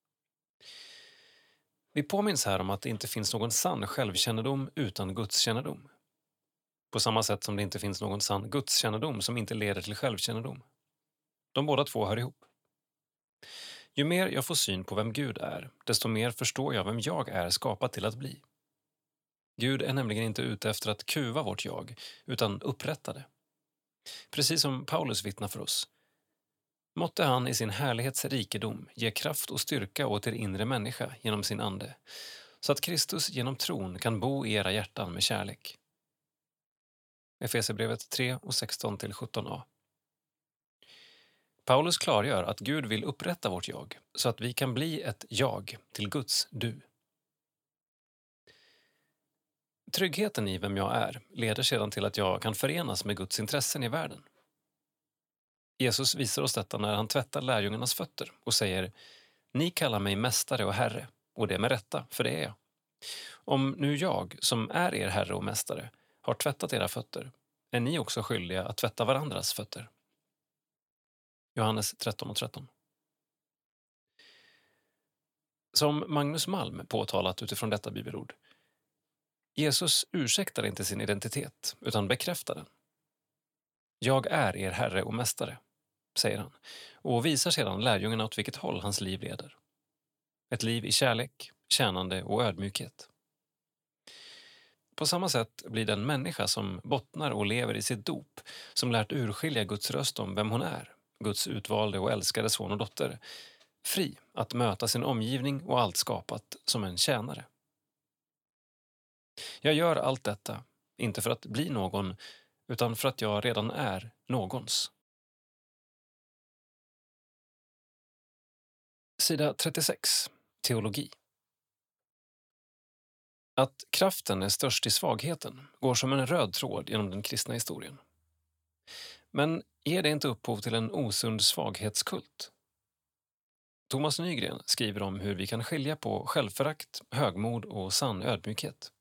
Vi påminns här om att det inte finns någon sann självkännedom utan gudskännedom. På samma sätt som det inte finns någon sann gudskännedom som inte leder till självkännedom. De båda två hör ihop. Ju mer jag får syn på vem Gud är, desto mer förstår jag vem jag är skapad till att bli. Gud är nämligen inte ute efter att kuva vårt jag, utan upprätta det. Precis som Paulus vittnar för oss. Måtte han i sin härlighets rikedom ge kraft och styrka åt er inre människa genom sin ande, så att Kristus genom tron kan bo i era hjärtan med kärlek. Efesierbrevet 3 och 16-17a. Paulus klargör att Gud vill upprätta vårt jag så att vi kan bli ett jag till Guds du. Tryggheten i vem jag är leder sedan till att jag kan förenas med Guds intressen i världen. Jesus visar oss detta när han tvättar lärjungarnas fötter och säger: Ni kallar mig mästare och herre, och det med rätta, för det är jag. Om nu jag, som är er herre och mästare, har tvättat era fötter, är ni också skyldiga att tvätta varandras fötter. Johannes 13:13. Som Magnus Malm påtalat utifrån detta bibelord: Jesus ursäktar inte sin identitet, utan bekräftar den. Jag är er herre och mästare, säger han, och visar sedan lärjungarna åt vilket håll hans liv leder. Ett liv i kärlek, tjänande och ödmjukhet. På samma sätt blir den människa som bottnar och lever i sitt dop, som lärt urskilja Guds röst om vem hon är, Guds utvalde och älskade son och dotter, fri att möta sin omgivning och allt skapat som en tjänare. Jag gör allt detta, inte för att bli någon, utan för att jag redan är någons. Sida 36. Teologi. Att kraften är störst i svagheten går som en röd tråd genom den kristna historien. Men ger det inte upphov till en osund svaghetskult? Thomas Nygren skriver om hur vi kan skilja på självförakt, högmod och sann ödmjukhet.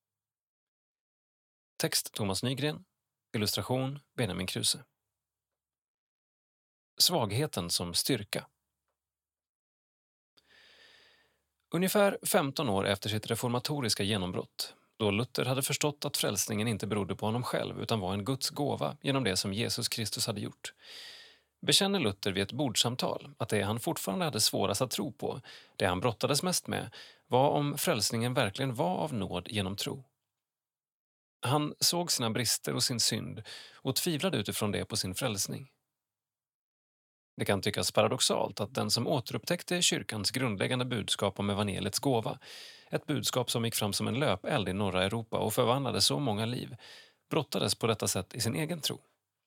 Text Thomas Nygren, illustration Benjamin Kruse. Svagheten som styrka. Ungefär 15 år efter sitt reformatoriska genombrott, då Luther hade förstått att frälsningen inte berodde på honom själv utan var en Guds gåva genom det som Jesus Kristus hade gjort, bekänner Luther vid ett bordsamtal att det han fortfarande hade svårast att tro på, det han brottades mest med, var om frälsningen verkligen var av nåd genom tro. Han såg sina brister och sin synd och tvivlade utifrån det på sin frälsning. Det kan tyckas paradoxalt att den som återupptäckte kyrkans grundläggande budskap om evangeliets gåva, ett budskap som gick fram som en löpeld i norra Europa och förvandlade så många liv, brottades på detta sätt i sin egen tro.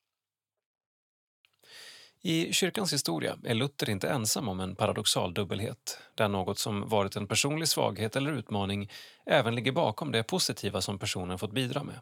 I kyrkans historia är Luther inte ensam om en paradoxal dubbelhet, där något som varit en personlig svaghet eller utmaning även ligger bakom det positiva som personen fått bidra med.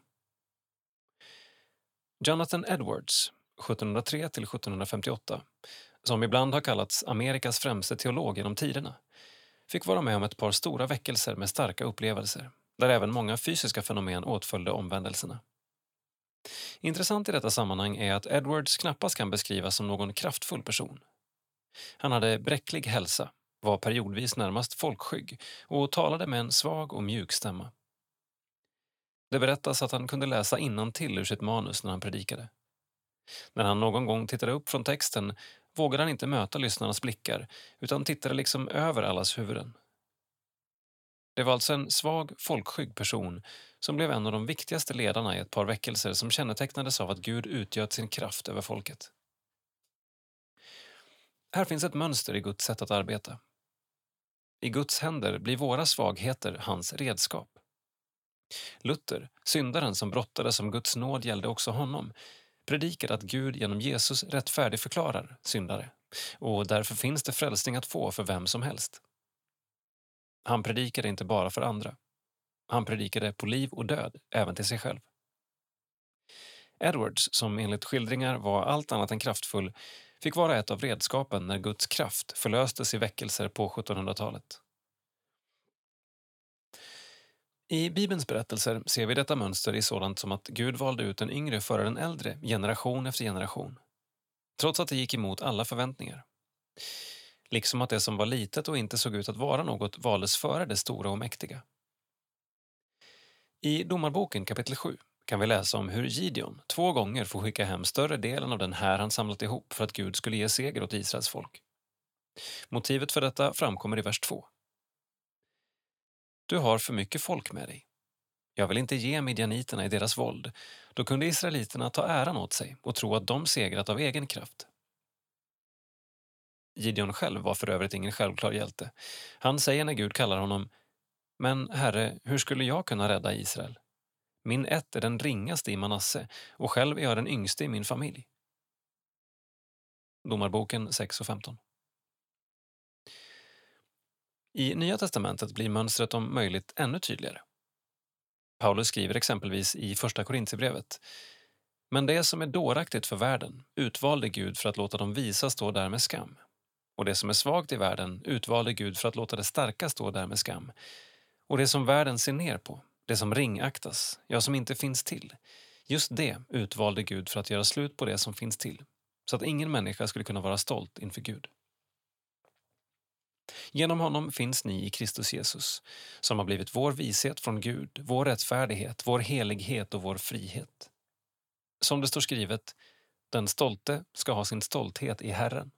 Jonathan Edwards, 1703-1758, som ibland har kallats Amerikas främste teolog genom tiderna, fick vara med om ett par stora väckelser med starka upplevelser, där även många fysiska fenomen åtföljde omvändelserna. Intressant i detta sammanhang är att Edwards knappast kan beskrivas som någon kraftfull person. Han hade bräcklig hälsa, var periodvis närmast folkskygg och talade med en svag och mjuk stämma. Det berättas att han kunde läsa innantill ur sitt manus när han predikade. När han någon gång tittade upp från texten vågade han inte möta lyssnarnas blickar utan tittade liksom över allas huvuden. Det var alltså en svag, folkskygg person som blev en av de viktigaste ledarna i ett par väckelser som kännetecknades av att Gud utgöt sin kraft över folket. Här finns ett mönster i Guds sätt att arbeta. I Guds händer blir våra svagheter hans redskap. Luther, syndaren som brottades som Guds nåd gällde också honom, predikade att Gud genom Jesus rättfärdigförklarar syndare, och därför finns det frälsning att få för vem som helst. Han predikade inte bara för andra. Han predikade på liv och död, även till sig själv. Edwards, som enligt skildringar var allt annat än kraftfull, fick vara ett av redskapen när Guds kraft förlöstes i väckelser på 1700-talet. I Bibelns berättelser ser vi detta mönster i sådant som att Gud valde ut den yngre före den äldre generation efter generation, trots att det gick emot alla förväntningar. Liksom att det som var litet och inte såg ut att vara något valdes före det stora och mäktiga. I Domarboken kapitel 7 kan vi läsa om hur Gideon 2 gånger får skicka hem större delen av den här han samlat ihop för att Gud skulle ge seger åt Israels folk. Motivet för detta framkommer i vers 2. Du har för mycket folk med dig. Jag vill inte ge midjaniterna i deras våld. Då kunde israeliterna ta äran åt sig och tro att de segrat av egen kraft. Gideon själv var för övrigt ingen självklar hjälte. Han säger när Gud kallar honom: Men Herre, hur skulle jag kunna rädda Israel? Min ett är den ringaste i Manasse och själv är jag den yngste i min familj. Domarboken 6 och 15. I Nya testamentet blir mönstret om möjligt ännu tydligare. Paulus skriver exempelvis i Första Korintierbrevet: Men det som är dåraktigt för världen utvalde Gud för att låta dem visa stå där med skam. Och det som är svagt i världen utvalde Gud för att låta det starka stå där med skam. Och det som världen ser ner på, det som ringaktas, ja, som inte finns till, just det utvalde Gud för att göra slut på det som finns till, så att ingen människa skulle kunna vara stolt inför Gud. Genom honom finns ni i Kristus Jesus, som har blivit vår vishet från Gud, vår rättfärdighet, vår helighet och vår frihet. Som det står skrivet, den stolte ska ha sin stolthet i Herren.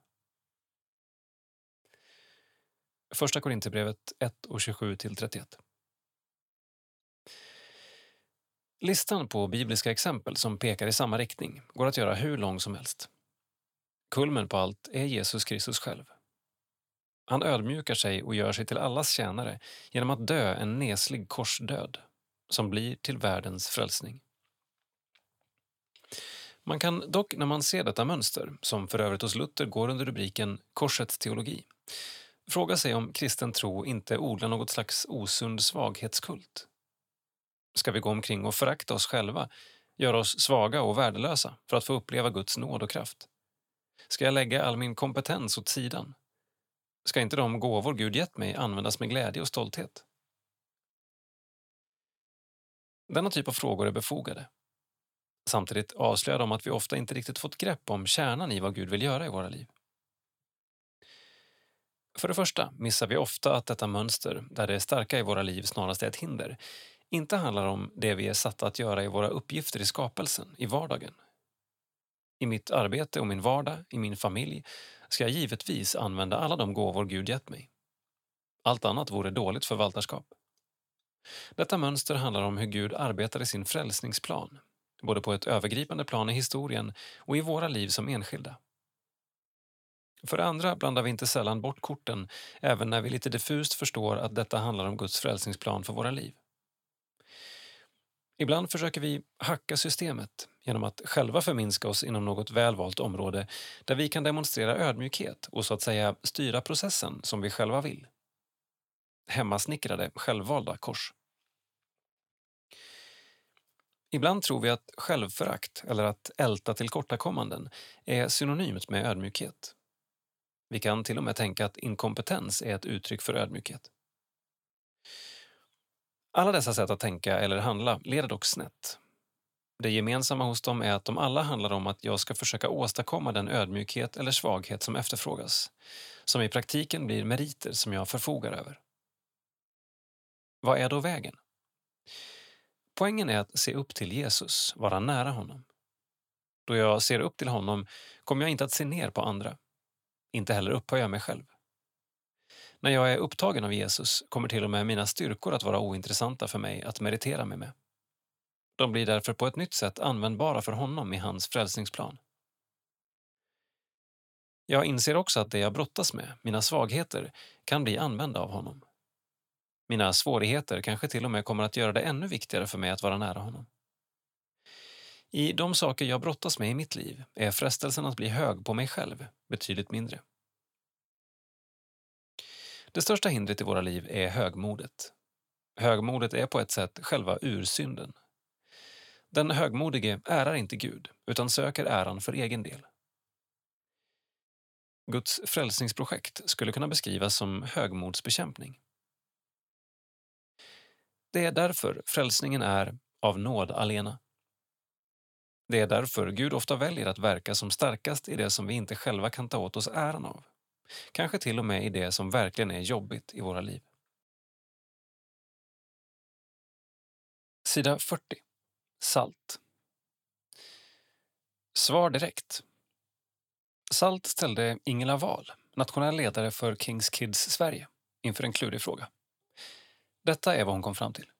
Första Korintierbrevet 1 och 27-31. Listan på bibliska exempel som pekar i samma riktning går att göra hur lång som helst. Kulmen på allt är Jesus Kristus själv. Han ödmjukar sig och gör sig till allas tjänare genom att dö en neslig korsdöd, som blir till världens frälsning. Man kan dock när man ser detta mönster, som för övrigt hos Luther går under rubriken korsets teologi, fråga sig om kristen tro inte odlar något slags osund svaghetskult. Ska vi gå omkring och förakta oss själva, göra oss svaga och värdelösa för att få uppleva Guds nåd och kraft? Ska jag lägga all min kompetens åt sidan? Ska inte de gåvor Gud gett mig användas med glädje och stolthet? Denna typ av frågor är befogade. Samtidigt avslöjar de att vi ofta inte riktigt fått grepp om kärnan i vad Gud vill göra i våra liv. För det första missar vi ofta att detta mönster, där det starka i våra liv snarast är ett hinder, inte handlar om det vi är satta att göra i våra uppgifter i skapelsen, i vardagen. I mitt arbete och min vardag, i min familj, ska jag givetvis använda alla de gåvor Gud gett mig. Allt annat vore dåligt förvaltarskap. Detta mönster handlar om hur Gud arbetar i sin frälsningsplan, både på ett övergripande plan i historien och i våra liv som enskilda. För det andra blandar vi inte sällan bort korten, även när vi lite diffust förstår att detta handlar om Guds frälsningsplan för våra liv. Ibland försöker vi hacka systemet genom att själva förminska oss inom något välvalt område där vi kan demonstrera ödmjukhet och så att säga styra processen som vi själva vill. Hemmasnickrade, självvalda kors. Ibland tror vi att självförakt eller att älta tillkortakommanden är synonymt med ödmjukhet. Vi kan till och med tänka att inkompetens är ett uttryck för ödmjukhet. Alla dessa sätt att tänka eller handla leder dock snett. Det gemensamma hos dem är att de alla handlar om att jag ska försöka åstadkomma den ödmjukhet eller svaghet som efterfrågas, som i praktiken blir meriter som jag förfogar över. Vad är då vägen? Poängen är att se upp till Jesus, vara nära honom. Då jag ser upp till honom kommer jag inte att se ner på andra, inte heller upphöja mig själv. När jag är upptagen av Jesus kommer till och med mina styrkor att vara ointressanta för mig att meritera mig med. De blir därför på ett nytt sätt användbara för honom i hans frälsningsplan. Jag inser också att det jag brottas med, mina svagheter, kan bli använda av honom. Mina svårigheter kanske till och med kommer att göra det ännu viktigare för mig att vara nära honom. I de saker jag brottas med i mitt liv är frestelsen att bli hög på mig själv betydligt mindre. Det största hindret i våra liv är högmodet. Högmodet är på ett sätt själva ursynden. Den högmodige ärar inte Gud, utan söker äran för egen del. Guds frälsningsprojekt skulle kunna beskrivas som högmodsbekämpning. Det är därför frälsningen är av nåd alena. Det är därför Gud ofta väljer att verka som starkast i det som vi inte själva kan ta åt oss äran av. Kanske till och med i det som verkligen är jobbigt i våra liv. Sida 40. Salt. Svar direkt. Salt ställde Ingela Wahl, nationell ledare för Kings Kids Sverige, inför en klurig fråga. Detta är vad hon kom fram till.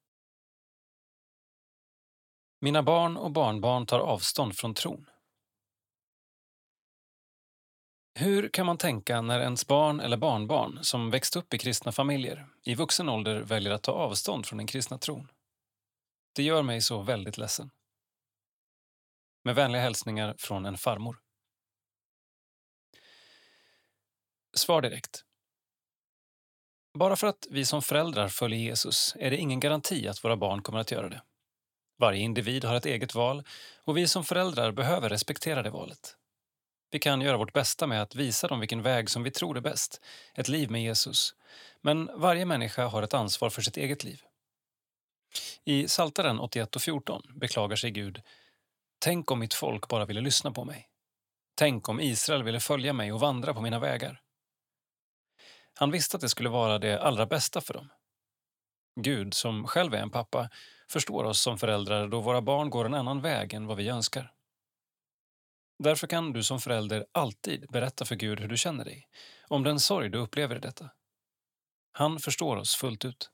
Mina barn och barnbarn tar avstånd från tron. Hur kan man tänka när ens barn eller barnbarn som växt upp i kristna familjer i vuxen ålder väljer att ta avstånd från den kristna tron? Det gör mig så väldigt ledsen. Med vänliga hälsningar från en farmor. Svar direkt. Bara för att vi som föräldrar följer Jesus är det ingen garanti att våra barn kommer att göra det. Varje individ har ett eget val och vi som föräldrar behöver respektera det valet. Vi kan göra vårt bästa med att visa dem vilken väg som vi tror är bäst, ett liv med Jesus. Men varje människa har ett ansvar för sitt eget liv. I Psaltaren 81:14 beklagar sig Gud: Tänk om mitt folk bara ville lyssna på mig. Tänk om Israel ville följa mig och vandra på mina vägar. Han visste att det skulle vara det allra bästa för dem. Gud, som själv är en pappa, förstår oss som föräldrar då våra barn går en annan väg än vad vi önskar. Därför kan du som förälder alltid berätta för Gud hur du känner dig, om den sorg du upplever i detta. Han förstår oss fullt ut.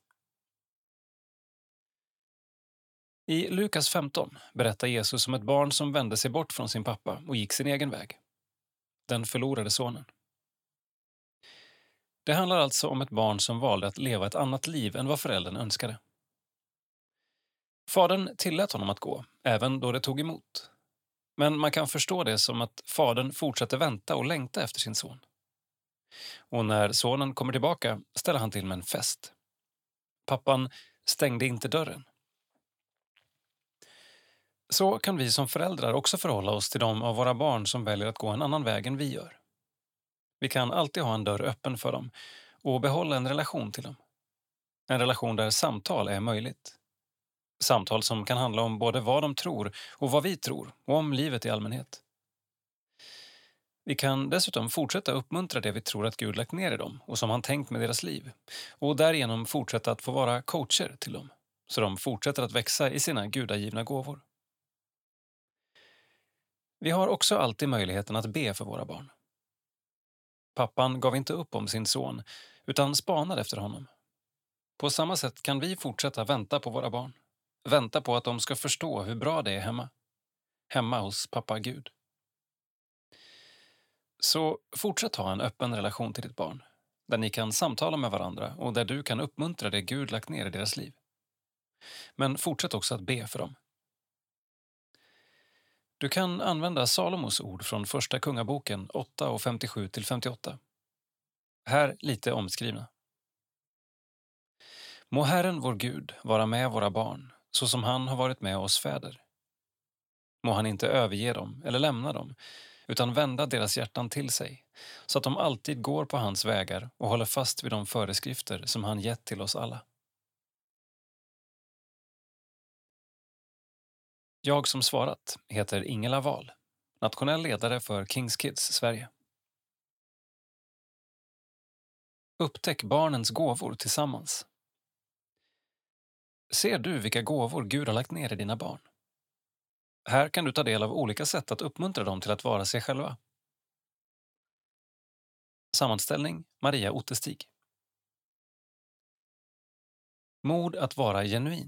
I Lukas 15 berättar Jesus om ett barn som vände sig bort från sin pappa och gick sin egen väg. Den förlorade sonen. Det handlar alltså om ett barn som valde att leva ett annat liv än vad föräldern önskade. Fadern tillät honom att gå, även då det tog emot. Men man kan förstå det som att fadern fortsatte vänta och längta efter sin son. Och när sonen kommer tillbaka ställer han till med en fest. Pappan stängde inte dörren. Så kan vi som föräldrar också förhålla oss till de av våra barn som väljer att gå en annan väg än vi gör. Vi kan alltid ha en dörr öppen för dem och behålla en relation till dem. En relation där samtal är möjligt. Samtal som kan handla om både vad de tror och vad vi tror och om livet i allmänhet. Vi kan dessutom fortsätta uppmuntra det vi tror att Gud lagt ner i dem och som han tänkt med deras liv och därigenom fortsätta att få vara coacher till dem så de fortsätter att växa i sina gudagivna gåvor. Vi har också alltid möjligheten att be för våra barn. Pappan gav inte upp om sin son utan spanade efter honom. På samma sätt kan vi fortsätta vänta på våra barn. Vänta på att de ska förstå hur bra det är hemma. Hemma hos pappa Gud. Så fortsätt ha en öppen relation till ditt barn. Där ni kan samtala med varandra och där du kan uppmuntra det Gud lagt ner i deras liv. Men fortsätt också att be för dem. Du kan använda Salomos ord från första kungaboken 8:57-58. Här lite omskrivna. Må Herren vår Gud vara med våra barn, så som han har varit med oss fäder. Må han inte överge dem eller lämna dem, utan vända deras hjärtan till sig, så att de alltid går på hans vägar och håller fast vid de föreskrifter som han gett till oss alla. Jag som svarat heter Ingela Wahl, nationell ledare för King's Kids Sverige. Upptäck barnens gåvor tillsammans. Ser du vilka gåvor Gud har lagt ner i dina barn? Här kan du ta del av olika sätt att uppmuntra dem till att vara sig själva. Sammanställning Maria Ottestig. Mod att vara genuin.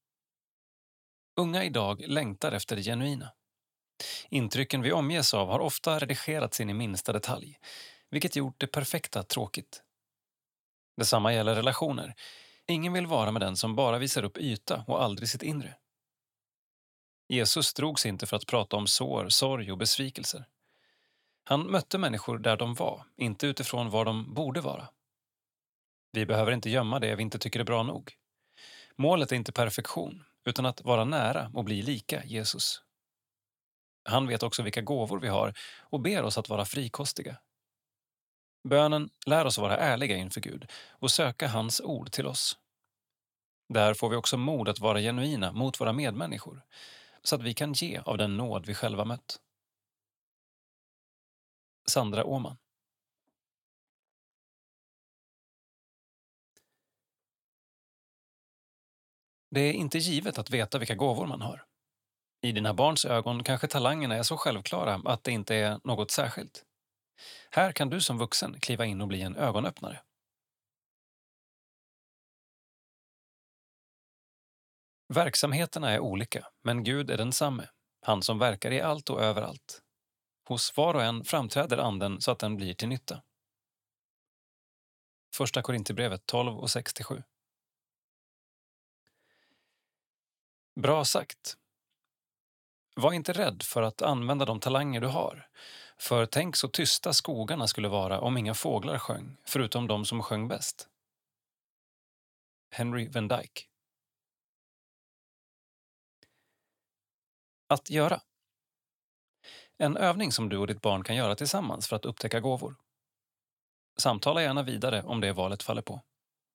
Unga idag längtar efter det genuina. Intrycken vi omges av har ofta redigerats in i minsta detalj, vilket gjort det perfekta tråkigt. Detsamma gäller relationer. Ingen vill vara med den som bara visar upp yta och aldrig sitt inre. Jesus drogs inte för att prata om sår, sorg och besvikelser. Han mötte människor där de var, inte utifrån var de borde vara. Vi behöver inte gömma det vi inte tycker är bra nog. Målet är inte perfektion, utan att vara nära och bli lika Jesus. Han vet också vilka gåvor vi har och ber oss att vara frikostiga. Bönen lär oss vara ärliga inför Gud och söka hans ord till oss. Där får vi också mod att vara genuina mot våra medmänniskor, så att vi kan ge av den nåd vi själva mött. Sandra Åman. Det är inte givet att veta vilka gåvor man har. I dina barns ögon kanske talangerna är så självklara att det inte är något särskilt. Här kan du som vuxen kliva in och bli en ögonöppnare. Verksamheterna är olika, men Gud är densamme, han som verkar i allt och överallt. Hos var och en framträder anden så att den blir till nytta. Första Korinthierbrevet 12:6-7. Bra sagt. Var inte rädd för att använda de talanger du har. För tänk så tysta skogarna skulle vara om inga fåglar sjöng, förutom de som sjöng bäst. Henry Van Dyke. Att göra. En övning som du och ditt barn kan göra tillsammans för att upptäcka gåvor. Samtala gärna vidare om det valet faller på.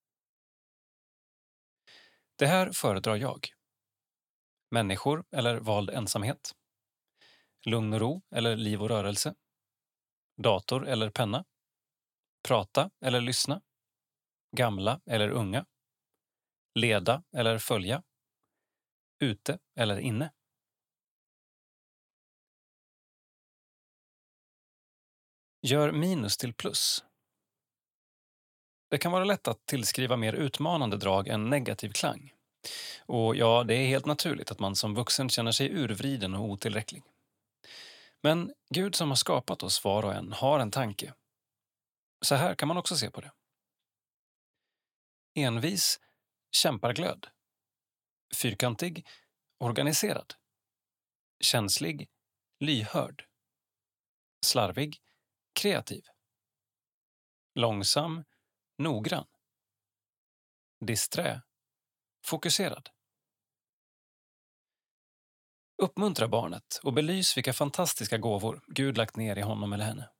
Det här föredrar jag. Människor eller vald ensamhet. Lugn och ro eller liv och rörelse. Dator eller penna. Prata eller lyssna. Gamla eller unga. Leda eller följa. Ute eller inne. Gör minus till plus. Det kan vara lätt att tillskriva mer utmanande drag än negativ klang. Och ja, det är helt naturligt att man som vuxen känner sig urvriden och otillräcklig. Men Gud som har skapat oss var och en har en tanke. Så här kan man också se på det. Envis, kämparglöd. Fyrkantig, organiserad. Känslig, lyhörd. Slarvig, kreativ. Långsam, noggrann. Disträ, fokuserad. Uppmuntra barnet och belys vilka fantastiska gåvor Gud lagt ner i honom eller henne.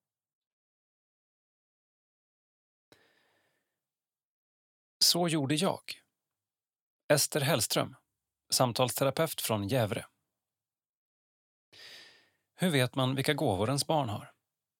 Så gjorde jag. Ester Hellström, samtalsterapeut från Gävle. Hur vet man vilka gåvor ens barn har?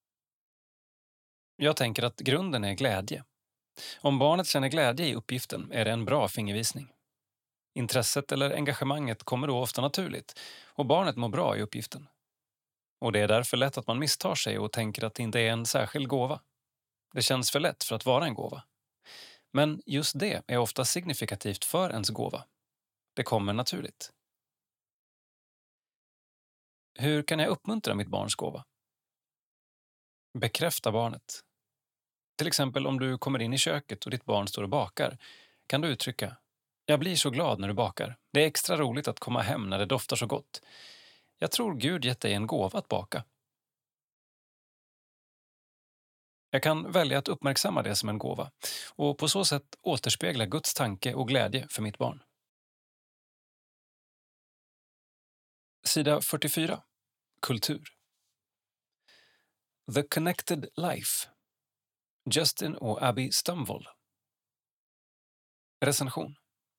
Jag tänker att grunden är glädje. Om barnet känner glädje i uppgiften är det en bra fingervisning. Intresset eller engagemanget kommer då ofta naturligt och barnet mår bra i uppgiften. Och det är därför lätt att man misstar sig och tänker att det inte är en särskild gåva. Det känns för lätt för att vara en gåva. Men just det är ofta signifikativt för ens gåva. Det kommer naturligt. Hur kan jag uppmuntra mitt barns gåva? Bekräfta barnet. Till exempel om du kommer in i köket och ditt barn står och bakar kan du uttrycka: jag blir så glad när du bakar. Det är extra roligt att komma hem när det doftar så gott. Jag tror Gud gett dig en gåva att baka. Jag kan välja att uppmärksamma det som en gåva och på så sätt återspegla Guds tanke och glädje för mitt barn. Sida 44. Kultur. The Connected Life. Justin och Abby Stumvoll. Recension.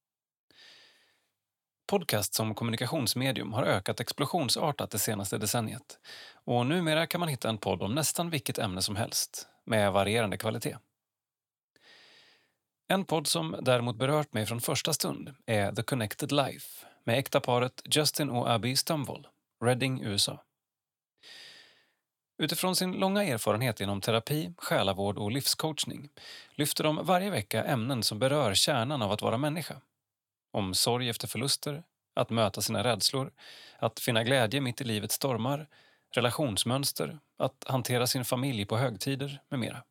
Podcast som kommunikationsmedium har ökat explosionsartat det senaste decenniet och numera kan man hitta en podd om nästan vilket ämne som helst, med varierande kvalitet. En podd som däremot berört mig från första stund är The Connected Life med äkta paret Justin och Abby Stumvoll, Reading, USA. Utifrån sin långa erfarenhet inom terapi, själavård och livscoachning lyfter de varje vecka ämnen som berör kärnan av att vara människa. Om sorg efter förluster, att möta sina rädslor, att finna glädje mitt i livets stormar, relationsmönster, att hantera sin familj på högtider med mera.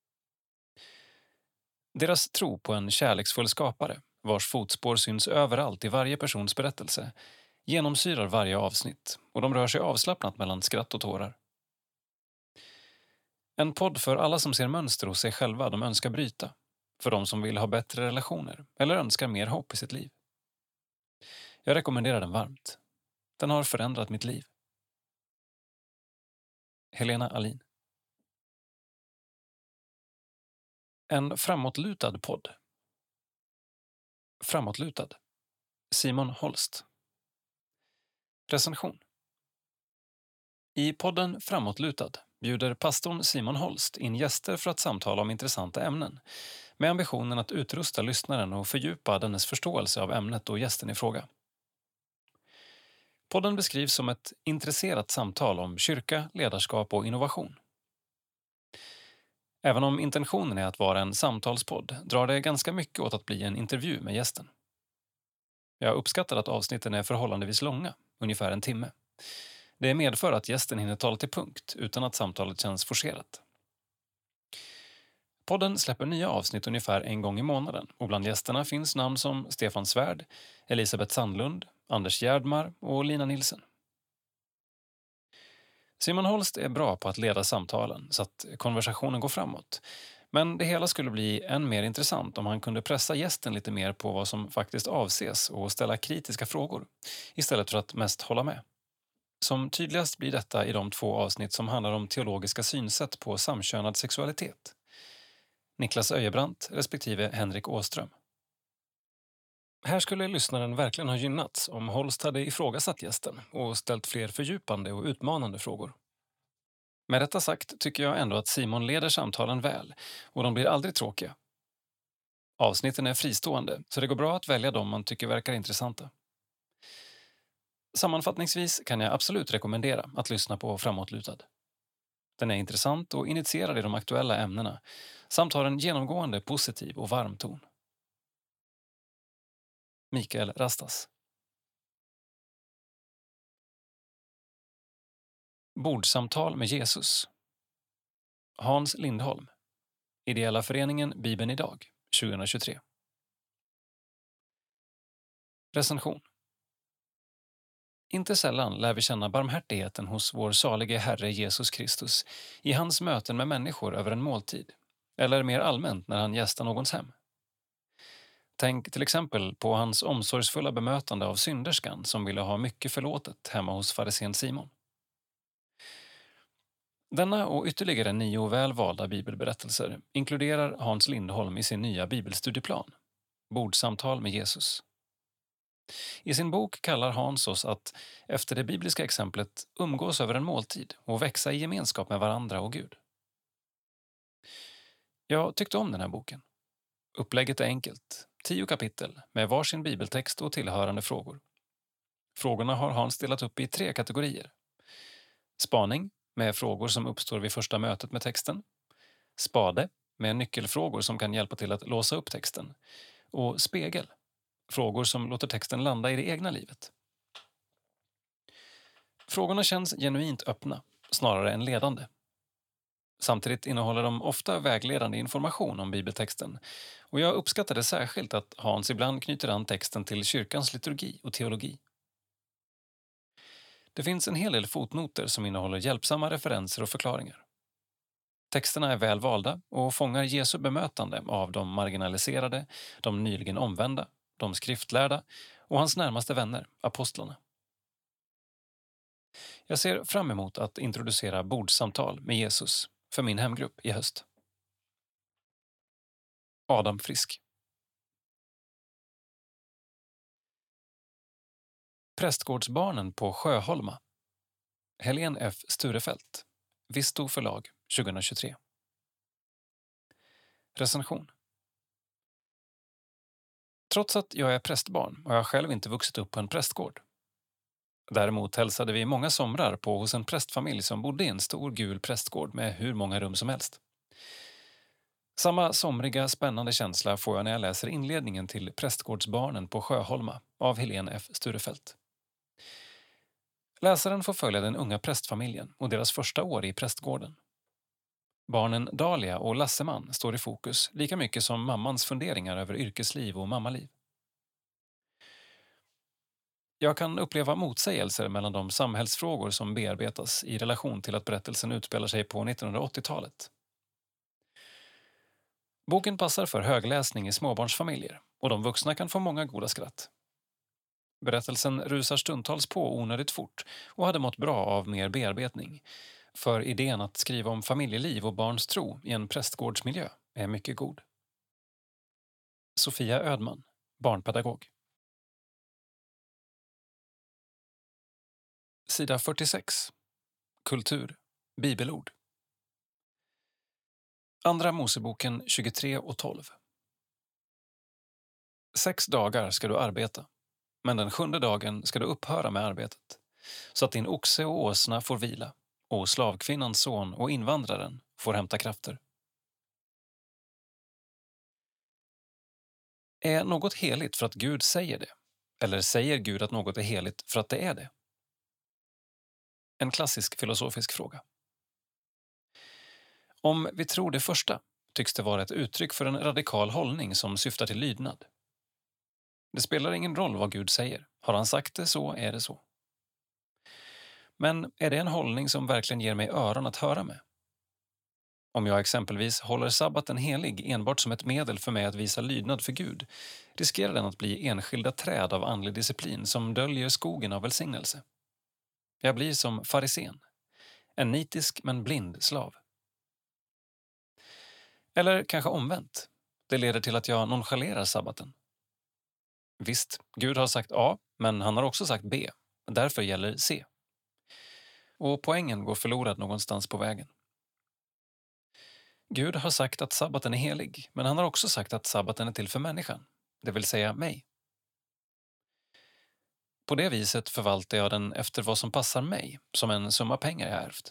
Deras tro på en kärleksfull skapare, vars fotspår syns överallt i varje persons berättelse, genomsyrar varje avsnitt och de rör sig avslappnat mellan skratt och tårar. En podd för alla som ser mönster hos sig själva de önskar bryta, för de som vill ha bättre relationer eller önskar mer hopp i sitt liv. Jag rekommenderar den varmt. Den har förändrat mitt liv. Helena Alin. En framåtlutad podd. Framåtlutad. Simon Holst. Recension. I podden Framåtlutad bjuder pastorn Simon Holst in gäster för att samtala om intressanta ämnen, med ambitionen att utrusta lyssnaren och fördjupa dennes förståelse av ämnet och gästen i fråga. Podden beskrivs som ett intresserat samtal om kyrka, ledarskap och innovation. Även om intentionen är att vara en samtalspodd drar det ganska mycket åt att bli en intervju med gästen. Jag uppskattar att avsnitten är förhållandevis långa, ungefär en timme. Det medför att gästen hinner tala till punkt utan att samtalet känns forcerat. Podden släpper nya avsnitt ungefär en gång i månaden och bland gästerna finns namn som Stefan Svärd, Elisabeth Sandlund, Anders Gärdmar och Lina Nilsen. Simon Holst är bra på att leda samtalen så att konversationen går framåt. Men det hela skulle bli än mer intressant om han kunde pressa gästen lite mer på vad som faktiskt avses och ställa kritiska frågor, istället för att mest hålla med. Som tydligast blir detta i de 2 avsnitt som handlar om teologiska synsätt på samkönad sexualitet. Niklas Öjebrant respektive Henrik Åström. Här skulle lyssnaren verkligen ha gynnats om Holst hade ifrågasatt gästen och ställt fler fördjupande och utmanande frågor. Med detta sagt tycker jag ändå att Simon leder samtalen väl och de blir aldrig tråkiga. Avsnitten är fristående så det går bra att välja dem man tycker verkar intressanta. Sammanfattningsvis kan jag absolut rekommendera att lyssna på Framåtlutad. Den är intressant och initierad i de aktuella ämnena samt har en genomgående positiv och varm ton. Mikael Rastas. Bordsamtal med Jesus. Hans Lindholm. Ideella föreningen Bibeln idag, 2023. Recension. Inte sällan lär vi känna barmhärtigheten hos vår salige Herre Jesus Kristus i hans möten med människor över en måltid, eller mer allmänt när han gästar någons hem. Tänk till exempel på hans omsorgsfulla bemötande av synderskan som ville ha mycket förlåtet hemma hos farisén Simon. Denna och ytterligare 9 väl valda bibelberättelser inkluderar Hans Lindholm i sin nya bibelstudieplan, Bordsamtal med Jesus. I sin bok kallar Hans oss att, efter det bibliska exemplet, umgås över en måltid och växa i gemenskap med varandra och Gud. Jag tyckte om den här boken. Upplägget är enkelt, 10 kapitel med varsin bibeltext och tillhörande frågor. Frågorna har Hans delat upp i 3 kategorier. Spaning, med frågor som uppstår vid första mötet med texten. Spade, med nyckelfrågor som kan hjälpa till att låsa upp texten. Och spegel, frågor som låter texten landa i det egna livet. Frågorna känns genuint öppna, snarare än ledande. Samtidigt innehåller de ofta vägledande information om bibeltexten och jag uppskattade särskilt att Hans ibland knyter an texten till kyrkans liturgi och teologi. Det finns en hel del fotnoter som innehåller hjälpsamma referenser och förklaringar. Texterna är väl valda och fångar Jesu bemötande av de marginaliserade, de nyligen omvända, de skriftlärda och hans närmaste vänner, apostlarna. Jag ser fram emot att introducera bordsamtal med Jesus för min hemgrupp i höst. Adam Frisk. Prästgårdsbarnen på Sjöholma. Helene F. Sturefelt. Visto förlag, 2023. Recension. Trots att jag är prästbarn har jag själv inte vuxit upp på en prästgård. Däremot hälsade vi många somrar på hos en prästfamilj som bodde i en stor gul prästgård med hur många rum som helst. Samma somriga, spännande känsla får jag när jag läser inledningen till Prästgårdsbarnen på Sjöholma av Helene F. Sturefelt. Läsaren får följa den unga prästfamiljen och deras första år i prästgården. Barnen Dahlia och Lasseman står i fokus lika mycket som mammans funderingar över yrkesliv och mammaliv. Jag kan uppleva motsägelser mellan de samhällsfrågor som bearbetas i relation till att berättelsen utspelar sig på 1980-talet. Boken passar för högläsning i småbarnsfamiljer och de vuxna kan få många goda skratt. Berättelsen rusar stundtals på onödigt fort och hade mått bra av mer bearbetning. För idén att skriva om familjeliv och barns tro i en prästgårdsmiljö är mycket god. Sofia Ödman, barnpedagog. Sida 46. Kultur. Bibelord. Andra Moseboken 23:12. 6 dagar ska du arbeta, men den 7:e dagen ska du upphöra med arbetet, så att din oxe och åsna får vila, och slavkvinnans son och invandraren får hämta krafter. Är något heligt för att Gud säger det? Eller säger Gud att något är heligt för att det är det? En klassisk filosofisk fråga. Om vi tror det första tycks det vara ett uttryck för en radikal hållning som syftar till lydnad. Det spelar ingen roll vad Gud säger. Har han sagt det så är det så. Men är det en hållning som verkligen ger mig öron att höra med? Om jag exempelvis håller sabbaten helig enbart som ett medel för mig att visa lydnad för Gud, riskerar den att bli enskilda träd av andlig disciplin som döljer skogen av välsignelse. Jag blir som farisén, en nitisk men blind slav. Eller kanske omvänt. Det leder till att jag nonchalerar sabbaten. Visst, Gud har sagt A, men han har också sagt B. Därför gäller C. Och poängen går förlorad någonstans på vägen. Gud har sagt att sabbaten är helig, men han har också sagt att sabbaten är till för människan, det vill säga mig. På det viset förvaltar jag den efter vad som passar mig, som en summa pengar jag ärvt.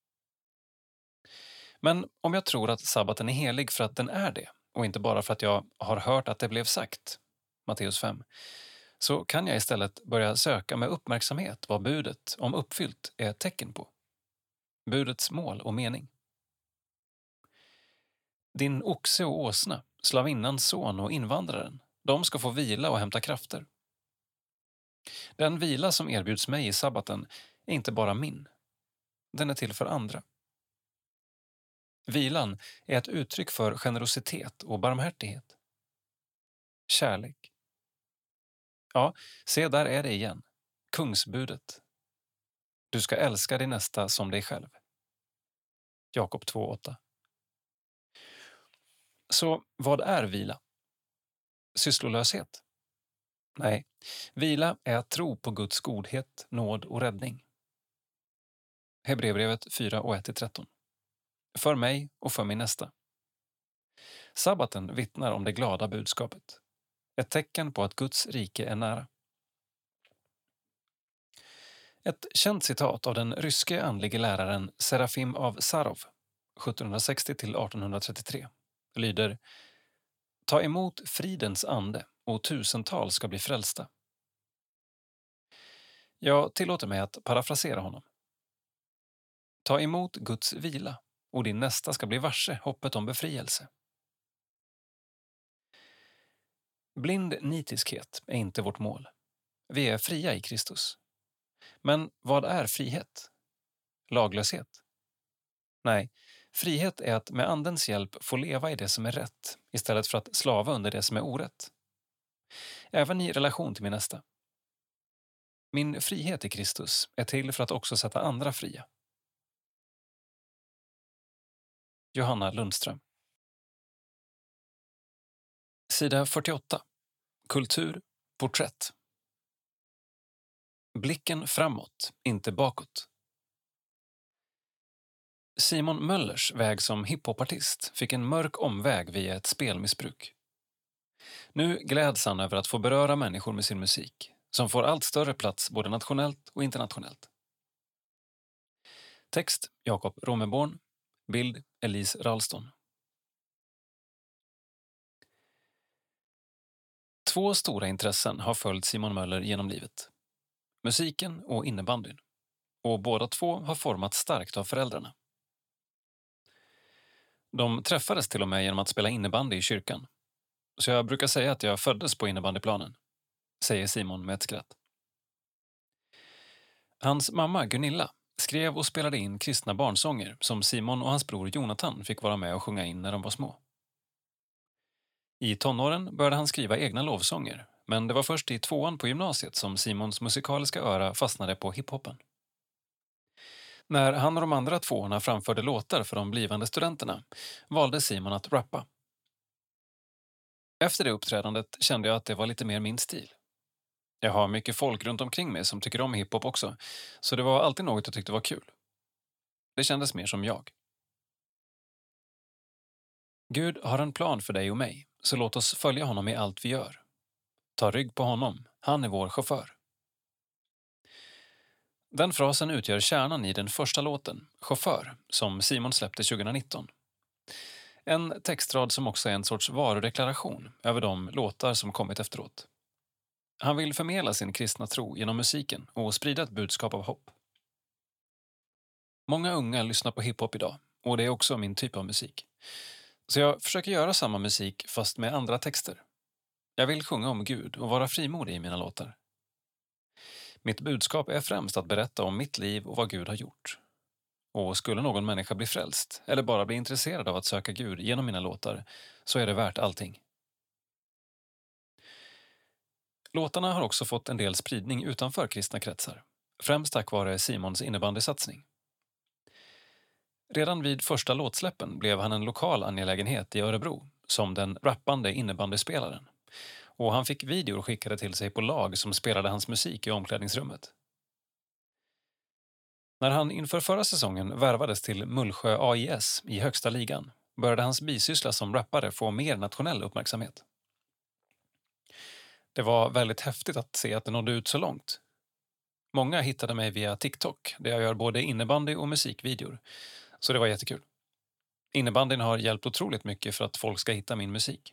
Men om jag tror att sabbaten är helig för att den är det, och inte bara för att jag har hört att det blev sagt, Matteus 5, så kan jag istället börja söka med uppmärksamhet vad budet, om uppfyllt, är ett tecken på. Budets mål och mening. Din oxe och åsna, slavinnans son och invandraren, de ska få vila och hämta krafter. Den vila som erbjuds mig i sabbaten är inte bara min. Den är till för andra. Vilan är ett uttryck för generositet och barmhärtighet. Kärlek. Ja, se där är det igen. Kungsbudet. Du ska älska din nästa som dig själv. Jakob 2:8. Så vad är vila? Sysslolöshet? Nej, vila är att tro på Guds godhet, nåd och räddning. Hebreerbrevet 4:1-13. För mig och för min nästa. Sabbaten vittnar om det glada budskapet. Ett tecken på att Guds rike är nära. Ett känt citat av den ryske andlige läraren Serafim av Sarov, 1760-1833, lyder: Ta emot fridens ande och tusentals ska bli frälsta. Jag tillåter mig att parafrasera honom. Ta emot Guds vila och din nästa ska bli varse hoppet om befrielse. Blind nitiskhet är inte vårt mål. Vi är fria i Kristus. Men vad är frihet? Laglöshet? Nej, frihet är att med Andens hjälp få leva i det som är rätt istället för att slava under det som är orätt. Även i relation till min nästa. Min frihet i Kristus är till för att också sätta andra fria. Johanna Lundström. Sida 48. Kultur, porträtt. Blicken framåt, inte bakåt. Simon Möllers väg som hiphopartist fick en mörk omväg via ett spelmissbruk. Nu gläds han över att få beröra människor med sin musik, som får allt större plats både nationellt och internationellt. Text Jakob Romeborn. Bild Elise Ralston. Två stora intressen har följt Simon Möller genom livet. Musiken och innebandyn. Och båda två har formats starkt av föräldrarna. De träffades till och med genom att spela innebandy i kyrkan. Så jag brukar säga att jag föddes på innebandyplanen, säger Simon med ett skratt. Hans mamma Gunilla skrev och spelade in kristna barnsånger som Simon och hans bror Jonathan fick vara med och sjunga in när de var små. I tonåren började han skriva egna lovsånger, men det var först i 2:an på gymnasiet som Simons musikaliska öra fastnade på hiphopen. När han och de andra 2:orna framförde låtar för de blivande studenterna valde Simon att rappa. Efter det uppträdandet kände jag att det var lite mer min stil. Jag har mycket folk runt omkring mig som tycker om hiphop också, så det var alltid något jag tyckte var kul. Det kändes mer som jag. Gud har en plan för dig och mig, så låt oss följa honom i allt vi gör. Ta rygg på honom, han är vår chaufför. Den frasen utgör kärnan i den första låten, Chaufför, som Simon släppte 2019. En textrad som också är en sorts varudeklaration över de låtar som kommit efteråt. Han vill förmedla sin kristna tro genom musiken och sprida ett budskap av hopp. Många unga lyssnar på hiphop idag, och det är också min typ av musik. Så jag försöker göra samma musik fast med andra texter. Jag vill sjunga om Gud och vara frimodig i mina låtar. Mitt budskap är främst att berätta om mitt liv och vad Gud har gjort. Och skulle någon människa bli frälst eller bara bli intresserad av att söka Gud genom mina låtar så är det värt allting. Låtarna har också fått en del spridning utanför kristna kretsar, främst tack vare Simons innebandysatsning. Redan vid första låtsläppen blev han en lokal angelägenhet i Örebro som den rappande innebandyspelaren. Och han fick videor skickade till sig på lag som spelade hans musik i omklädningsrummet. När han inför förra säsongen värvades till Mullsjö AIS i högsta ligan började hans bisyssla som rappare få mer nationell uppmärksamhet. Det var väldigt häftigt att se att det nådde ut så långt. Många hittade mig via TikTok där jag gör både innebandy och musikvideor, så det var jättekul. Innebandyn har hjälpt otroligt mycket för att folk ska hitta min musik.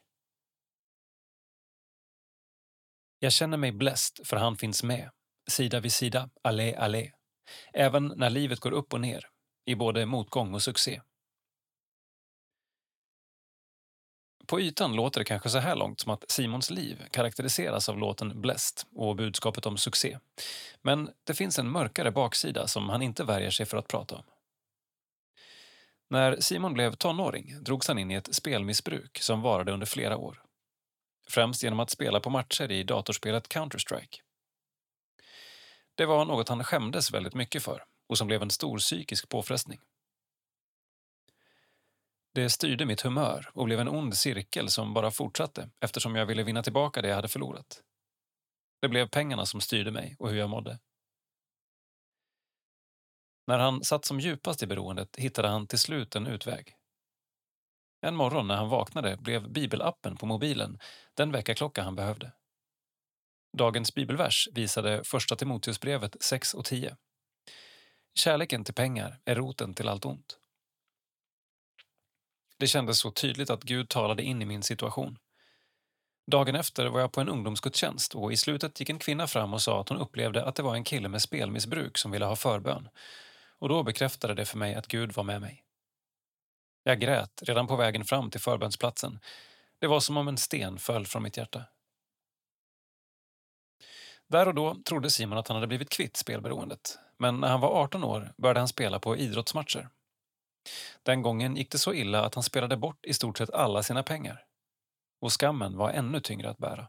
Jag känner mig blessed för han finns med, sida vid sida, allé allé. Även när livet går upp och ner, i både motgång och succé. På ytan låter det kanske så här långt som att Simons liv karaktäriseras av låten Blessed och budskapet om succé. Men det finns en mörkare baksida som han inte värjer sig för att prata om. När Simon blev tonåring drogs han in i ett spelmissbruk som varade under flera år. Främst genom att spela på matcher i datorspelet Counter-Strike. Det var något han skämdes väldigt mycket för och som blev en stor psykisk påfrestning. Det styrde mitt humör och blev en ond cirkel som bara fortsatte eftersom jag ville vinna tillbaka det jag hade förlorat. Det blev pengarna som styrde mig och hur jag mådde. När han satt som djupast i beroendet hittade han till slut en utväg. En morgon när han vaknade blev bibelappen på mobilen den väckarklocka han behövde. Dagens bibelvers visade första Timoteusbrevet 6 och 10. Kärleken till pengar är roten till allt ont. Det kändes så tydligt att Gud talade in i min situation. Dagen efter var jag på en ungdomsgudstjänst och i slutet gick en kvinna fram och sa att hon upplevde att det var en kille med spelmissbruk som ville ha förbön. Och då bekräftade det för mig att Gud var med mig. Jag grät redan på vägen fram till förbönsplatsen. Det var som om en sten föll från mitt hjärta. Där och då trodde Simon att han hade blivit kvitt spelberoendet. Men när han var 18 år började han spela på idrottsmatcher. Den gången gick det så illa att han spelade bort i stort sett alla sina pengar. Och skammen var ännu tyngre att bära.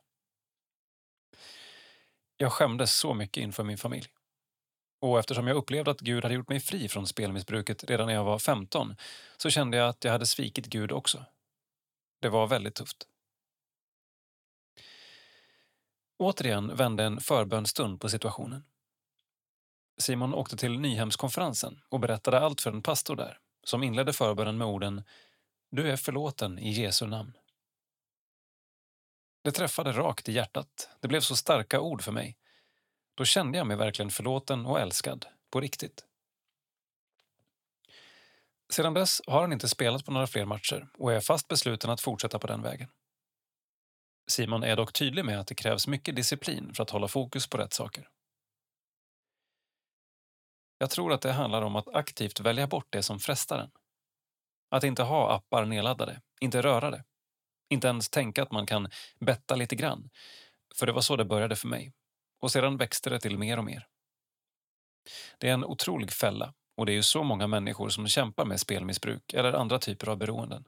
Jag skämdes så mycket inför min familj. Och eftersom jag upplevde att Gud hade gjort mig fri från spelmissbruket redan när jag var 15 så kände jag att jag hade svikit Gud också. Det var väldigt tufft. Återigen vände en förbönstund på situationen. Simon åkte till Nyhemskonferensen och berättade allt för en pastor där som inledde förbönen med orden "Du är förlåten i Jesu namn". Det träffade rakt i hjärtat. Det blev så starka ord för mig. Då kände jag mig verkligen förlåten och älskad, på riktigt. Sedan dess har han inte spelat på några fler matcher och är fast besluten att fortsätta på den vägen. Simon är dock tydlig med att det krävs mycket disciplin för att hålla fokus på rätt saker. Jag tror att det handlar om att aktivt välja bort det som frestar en. Att inte ha appar nedladdade, inte röra det. Inte ens tänka att man kan betta lite grann. För det var så det började för mig. Och sedan växte det till mer och mer. Det är en otrolig fälla och det är ju så många människor som kämpar med spelmissbruk eller andra typer av beroenden.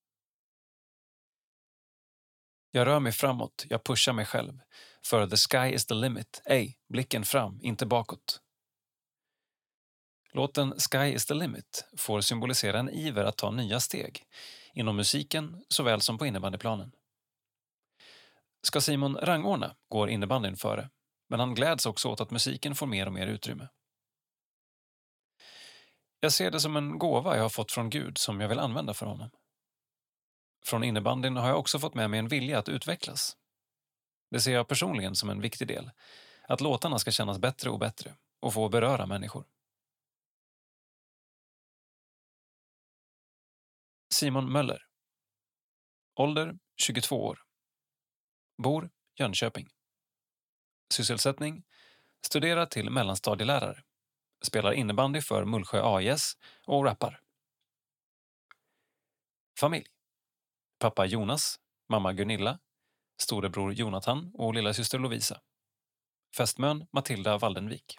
Jag rör mig framåt, jag pushar mig själv. För the sky is the limit, ej, blicken fram, inte bakåt. Låten Sky is the limit får symbolisera en iver att ta nya steg, inom musiken såväl som på innebandyplanen. Ska Simon rangordna går innebandyn före, men han gläds också åt att musiken får mer och mer utrymme. Jag ser det som en gåva jag har fått från Gud som jag vill använda för honom. Från innebandyn har jag också fått med mig en vilja att utvecklas. Det ser jag personligen som en viktig del, att låtarna ska kännas bättre och bättre och få beröra människor. Simon Möller. Ålder 22 år. Bor Jönköping. Sysselsättning: studerar till mellanstadielärare. Spelar innebandy för Mullsjö AIS och rappar. Familj: pappa Jonas, mamma Gunilla, storebror Jonathan och lilla syster Lovisa. Fästmön Matilda Waldenvik.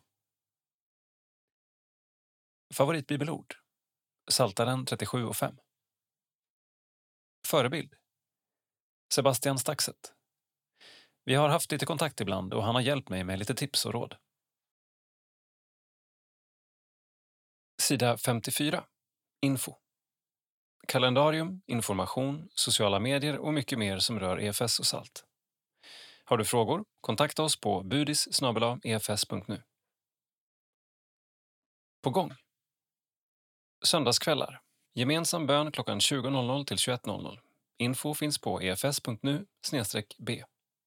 Favoritbibelord. Psaltaren 37:5. Förebild. Sebastian Staxet. Vi har haft lite kontakt ibland och han har hjälpt mig med lite tips och råd. Sida 54. Info. Kalendarium, information, sociala medier och mycket mer som rör EFS och SALT. Har du frågor? Kontakta oss på budis@efs.nu. På gång. Söndagskvällar. Gemensam bön klockan 20.00 till 21.00. Info finns på efs.nu/b.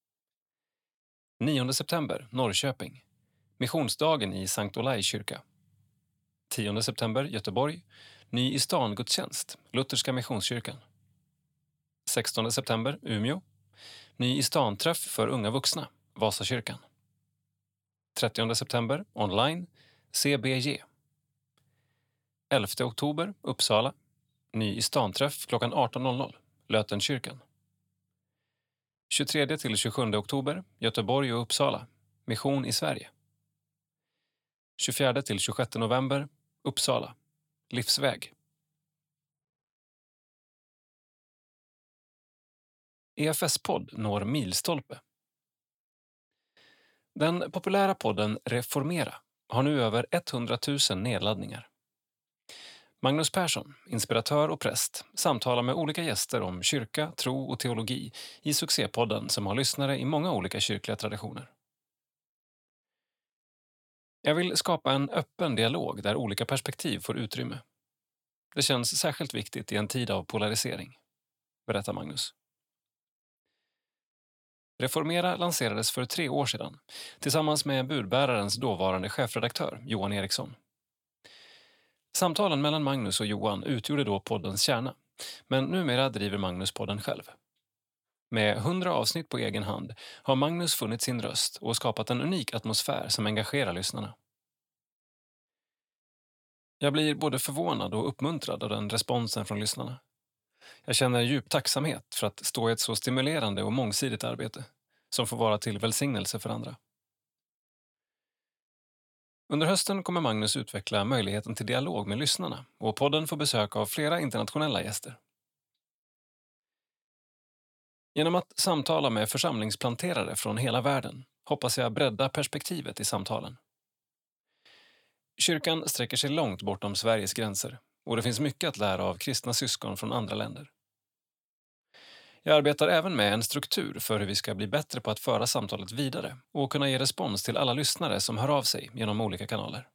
9 september, Norrköping. Missionsdagen i Sankt Olaj kyrka. 10 september, Göteborg. Ny i stan gudstjänst, Lutherska missionskyrkan. 16 september, Umeå. Ny i stan träff för unga vuxna, Vasakyrkan. 30 september, online, CBG. 11 oktober, Uppsala. Ny i stan träff klockan 18.00, Lötenkyrkan. 23 till 27 oktober, Göteborg och Uppsala, Mission i Sverige. 24 till 26 november, Uppsala, Livsväg. EFS-podd når milstolpe. Den populära podden Reformera har nu över 100 000 nedladdningar. Magnus Persson, inspiratör och präst, samtalar med olika gäster om kyrka, tro och teologi i succépodden som har lyssnare i många olika kyrkliga traditioner. Jag vill skapa en öppen dialog där olika perspektiv får utrymme. Det känns särskilt viktigt i en tid av polarisering, berättar Magnus. Reformera lanserades för 3 år sedan tillsammans med budbärarens dåvarande chefredaktör Johan Eriksson. Samtalen mellan Magnus och Johan utgjorde då poddens kärna, men numera driver Magnus podden själv. Med 100 avsnitt på egen hand har Magnus funnit sin röst och skapat en unik atmosfär som engagerar lyssnarna. Jag blir både förvånad och uppmuntrad av den responsen från lyssnarna. Jag känner djup tacksamhet för att stå i ett så stimulerande och mångsidigt arbete som får vara till välsignelse för andra. Under hösten kommer Magnus utveckla möjligheten till dialog med lyssnarna och podden får besök av flera internationella gäster. Genom att samtala med församlingsplanterare från hela världen hoppas jag bredda perspektivet i samtalen. Kyrkan sträcker sig långt bortom Sveriges gränser och det finns mycket att lära av kristna syskon från andra länder. Jag arbetar även med en struktur för hur vi ska bli bättre på att föra samtalet vidare och kunna ge respons till alla lyssnare som hör av sig genom olika kanaler.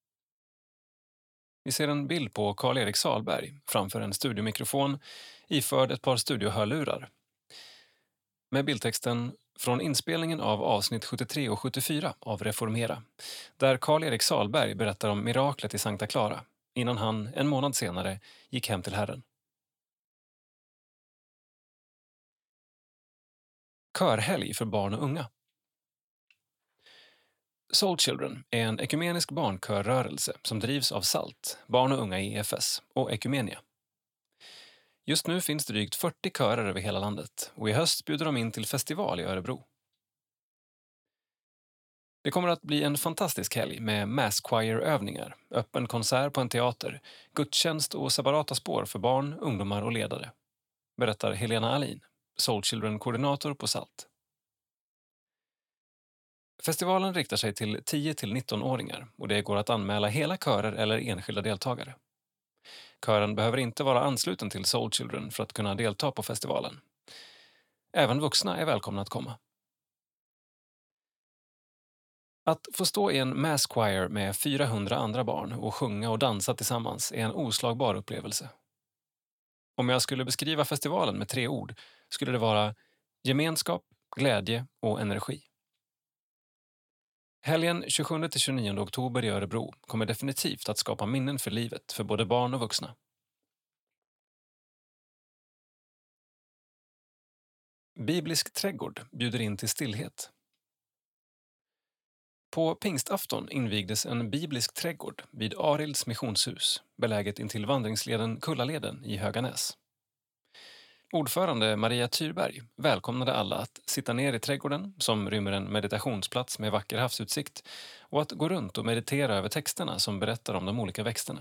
Vi ser en bild på Karl-Erik Salberg framför en studiomikrofon iförd ett par studiohörlurar. Med bildtexten från inspelningen av avsnitt 73 och 74 av Reformera, där Karl-Erik Salberg berättar om miraklet i Sankta Clara, innan han en månad senare gick hem till Herren. Körhelg för barn och unga. Soul Children är en ekumenisk barnkörrörelse som drivs av SALT, barn och unga i EFS och Ekumenia. Just nu finns drygt 40 körer över hela landet och i höst bjuder de in till festival i Örebro. Det kommer att bli en fantastisk helg med mass choir-övningar, öppen konsert på en teater, gudstjänst och separata spår för barn, ungdomar och ledare, berättar Helena Alin, Soul Children-koordinator på SALT. Festivalen riktar sig till 10-19-åringar och det går att anmäla hela körer eller enskilda deltagare. Kören behöver inte vara ansluten till Soul Children för att kunna delta på festivalen. Även vuxna är välkomna att komma. Att få stå i en mass choir med 400 andra barn och sjunga och dansa tillsammans är en oslagbar upplevelse. Om jag skulle beskriva festivalen med 3 ord skulle det vara gemenskap, glädje och energi. Helgen 27-29 oktober i Örebro kommer definitivt att skapa minnen för livet för både barn och vuxna. Biblisk trädgård bjuder in till stillhet. På pingstafton invigdes en biblisk trädgård vid Arilds missionshus, beläget intill vandringsleden Kullaleden i Höganäs. Ordförande Maria Tyrberg välkomnade alla att sitta ner i trädgården som rymmer en meditationsplats med vacker havsutsikt och att gå runt och meditera över texterna som berättar om de olika växterna.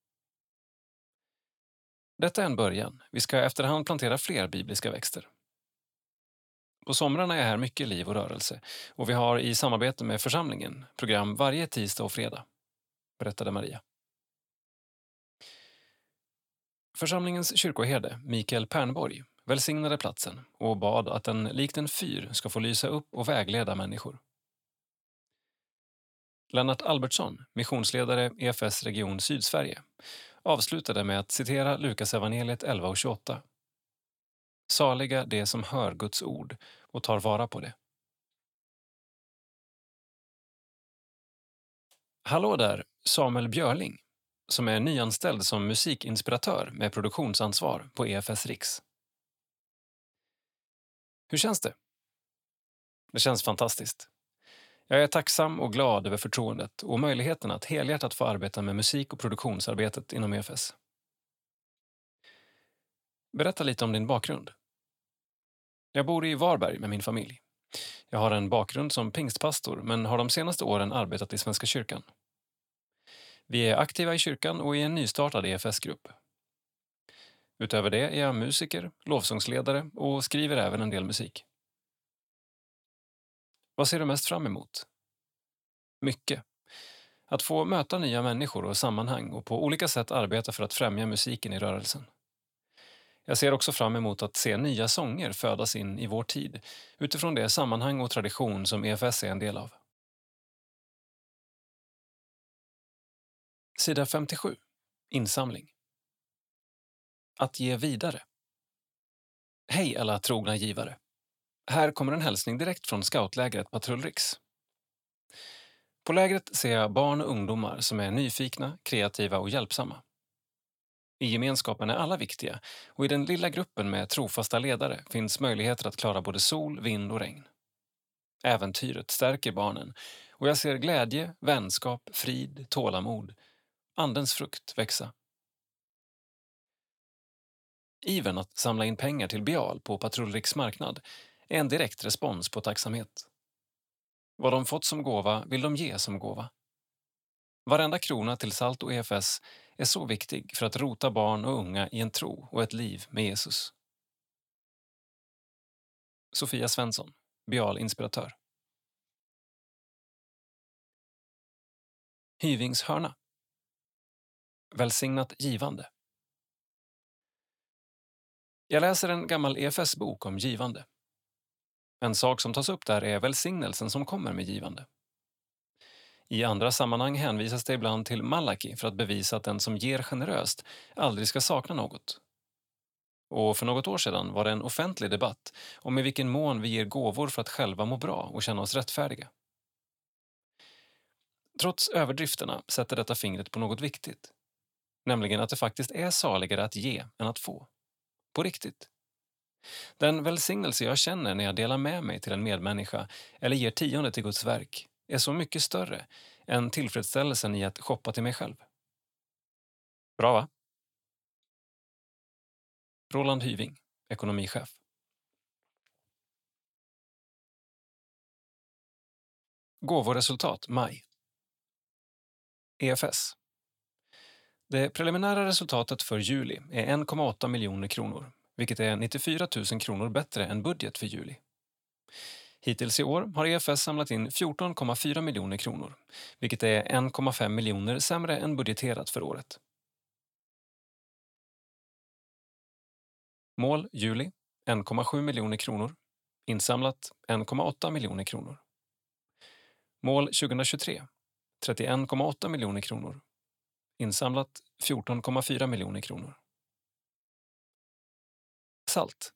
Detta är en början. Vi ska efterhand plantera fler bibliska växter. På somrarna är här mycket liv och rörelse och vi har i samarbete med församlingen program varje tisdag och fredag, berättade Maria. Församlingens kyrkoherde, Mikael Pernborg, välsignade platsen och bad att den likt en fyr ska få lysa upp och vägleda människor. Lennart Albertsson, missionsledare EFS region Sydsverige, avslutade med att citera Lukas evangeliet 11:28. Saliga det som hör Guds ord och tar vara på det. Hallå där, Samuel Björling, som är nyanställd som musikinspiratör med produktionsansvar på EFS Riks. Hur känns det? Det känns fantastiskt. Jag är tacksam och glad över förtroendet och möjligheten att helhjärtat få arbeta med musik- och produktionsarbetet inom EFS. Berätta lite om din bakgrund. Jag bor i Varberg med min familj. Jag har en bakgrund som pingstpastor men har de senaste åren arbetat i Svenska kyrkan. Vi är aktiva i kyrkan och i en nystartad EFS-grupp. Utöver det är jag musiker, lovsångsledare och skriver även en del musik. Vad ser du mest fram emot? Mycket. Att få möta nya människor och sammanhang och på olika sätt arbeta för att främja musiken i rörelsen. Jag ser också fram emot att se nya sånger födas in i vår tid utifrån det sammanhang och tradition som EFS är en del av. Sida 57. Insamling. Att ge vidare. Hej alla trogna givare. Här kommer en hälsning direkt från scoutlägret Patrull Riks. På lägret ser jag barn och ungdomar som är nyfikna, kreativa och hjälpsamma. I gemenskapen är alla viktiga och i den lilla gruppen med trofasta ledare finns möjligheter att klara både sol, vind och regn. Äventyret stärker barnen och jag ser glädje, vänskap, frid, tålamod, andens frukt växa. Ivern att samla in pengar till Bial på Patrull Riks marknad är en direkt respons på tacksamhet. Vad de fått som gåva vill de ge som gåva. Varenda krona till Salt och EFS är så viktig för att rota barn och unga i en tro och ett liv med Jesus. Sofia Svensson, Bial-inspiratör. Hyvingshörna. Välsignat givande. Jag läser en gammal EFS-bok om givande. En sak som tas upp där är välsignelsen som kommer med givande. I andra sammanhang hänvisas det ibland till Malaki för att bevisa att den som ger generöst aldrig ska sakna något. Och för något år sedan var det en offentlig debatt om i vilken mån vi ger gåvor för att själva må bra och känna oss rättfärdiga. Trots överdrifterna sätter detta fingret på något viktigt. Nämligen att det faktiskt är saligare att ge än att få. På riktigt. Den välsignelse jag känner när jag delar med mig till en medmänniska eller ger tionde till Guds verk är så mycket större än tillfredsställelsen i att shoppa till mig själv. Bra va? Roland Hyving, ekonomichef. Gåvoresultat maj. EFS. Det preliminära resultatet för juli är 1,8 miljoner kronor, vilket är 94 000 kronor bättre än budget för juli. Hittills i år har EFS samlat in 14,4 miljoner kronor, vilket är 1,5 miljoner sämre än budgeterat för året. Mål juli 1,7 miljoner kronor, insamlat 1,8 miljoner kronor. Mål 2023 31,8 miljoner kronor, insamlat 14,4 miljoner kronor. Salt.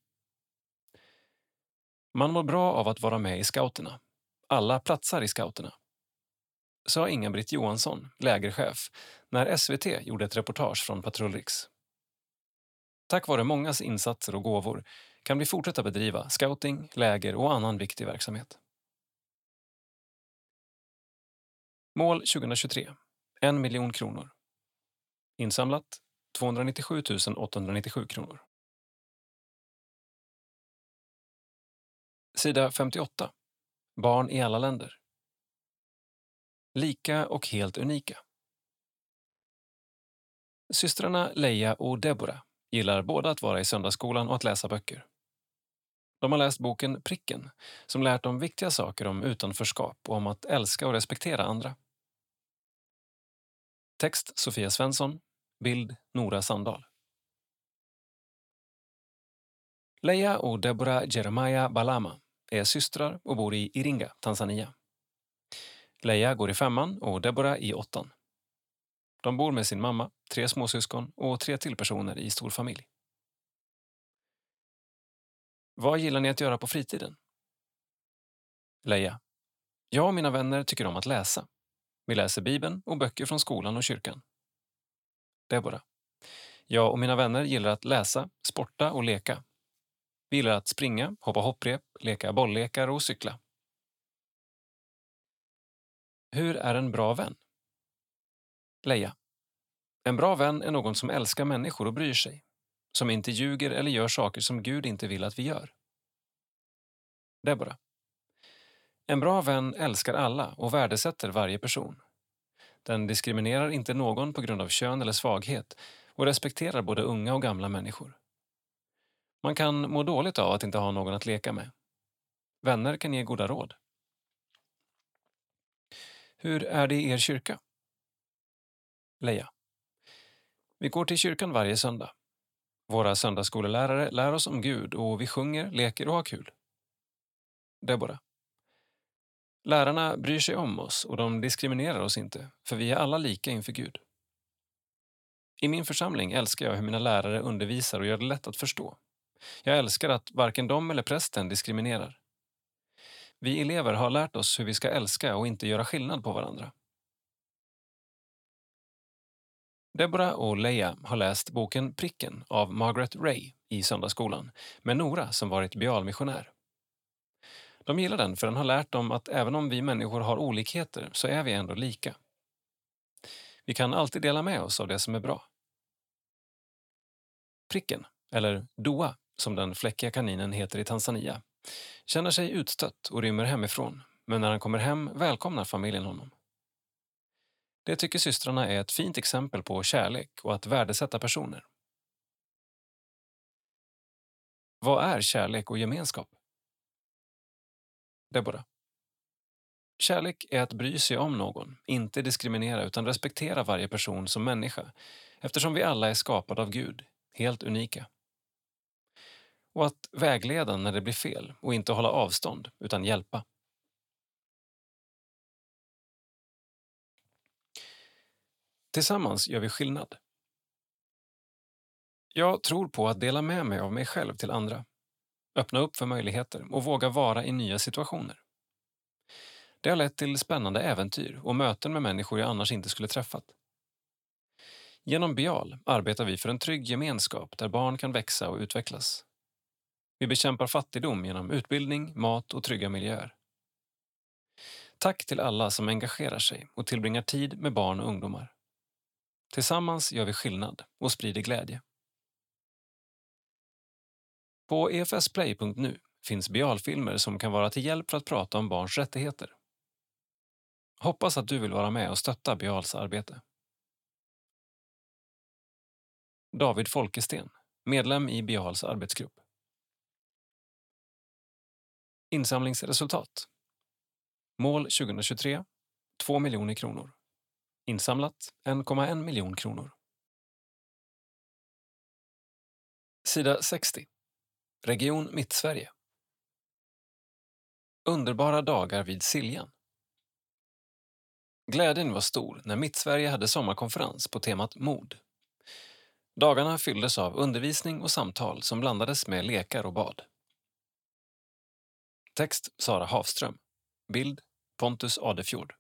Man mår bra av att vara med i scouterna. Alla platsar i scouterna. Sa Inga-Britt Johansson, lägerchef, när SVT gjorde ett reportage från Patrull Riks. Tack vare mångas insatser och gåvor kan vi fortsätta bedriva scouting, läger och annan viktig verksamhet. Mål 2023. 1 miljon kronor. Insamlat 297 897 kronor. Sida 58. Barn i alla länder. Lika och helt unika. Systrarna Leia och Deborah gillar båda att vara i söndagsskolan och att läsa böcker. De har läst boken Pricken, som lärt dem viktiga saker om utanförskap och om att älska och respektera andra. Text Sofia Svensson. Bild Nora Sandahl. Leia och Deborah Jeremiah Balama är systrar och bor i Iringa, Tanzania. Leia går i 5:an och Deborah i 8:an. De bor med sin mamma, 3 småsyskon och 3 till personer i stor familj. Vad gillar ni att göra på fritiden? Leia. Jag och mina vänner tycker om att läsa. Vi läser Bibeln och böcker från skolan och kyrkan. Deborah. Jag och mina vänner gillar att läsa, sporta och leka. Vi gillar att springa, hoppa hopprep, leka bolllekar och cykla. Hur är en bra vän? Leia. En bra vän är någon som älskar människor och bryr sig. Som inte ljuger eller gör saker som Gud inte vill att vi gör. Deborah. En bra vän älskar alla och värdesätter varje person. Den diskriminerar inte någon på grund av kön eller svaghet och respekterar både unga och gamla människor. Man kan må dåligt av att inte ha någon att leka med. Vänner kan ge goda råd. Hur är det i er kyrka? Leia. Vi går till kyrkan varje söndag. Våra söndagsskolelärare lär oss om Gud och vi sjunger, leker och har kul. Deborah. Lärarna bryr sig om oss och de diskriminerar oss inte, för vi är alla lika inför Gud. I min församling älskar jag hur mina lärare undervisar och gör det lätt att förstå. Jag älskar att varken de eller prästen diskriminerar. Vi elever har lärt oss hur vi ska älska och inte göra skillnad på varandra. Deborah och Leia har läst boken Pricken av Margaret Ray i söndagsskolan med Nora som varit bialmissionär. De gillar den för den har lärt dem att även om vi människor har olikheter så är vi ändå lika. Vi kan alltid dela med oss av det som är bra. Pricken, eller Doa som den fläckiga kaninen heter i Tanzania, känner sig utstött och rymmer hemifrån, men när han kommer hem välkomnar familjen honom. Det tycker systrarna är ett fint exempel på kärlek och att värdesätta personer. Vad är kärlek och gemenskap? Deborah. Kärlek är att bry sig om någon, inte diskriminera utan respektera varje person som människa, eftersom vi alla är skapade av Gud, helt unika. Och att vägleda när det blir fel och inte hålla avstånd utan hjälpa. Tillsammans gör vi skillnad. Jag tror på att dela med mig av mig själv till andra. Öppna upp för möjligheter och våga vara i nya situationer. Det har lett till spännande äventyr och möten med människor jag annars inte skulle träffat. Genom Bial arbetar vi för en trygg gemenskap där barn kan växa och utvecklas. Vi bekämpar fattigdom genom utbildning, mat och trygga miljöer. Tack till alla som engagerar sig och tillbringar tid med barn och ungdomar. Tillsammans gör vi skillnad och sprider glädje. På efsplay.nu finns Bial-filmer som kan vara till hjälp för att prata om barns rättigheter. Hoppas att du vill vara med och stötta Bials arbete. David Folkesten, medlem i Bials arbetsgrupp. Insamlingsresultat. Mål 2023, 2 miljoner kronor. Insamlat 1,1 miljon kronor. Sida 60. Region Mittsverige. Underbara dagar vid Siljan. Glädjen var stor när Mittsverige hade sommarkonferens på temat mod. Dagarna fylldes av undervisning och samtal som blandades med lekar och bad. Text Sara Havström. Bild Pontus Adefjord.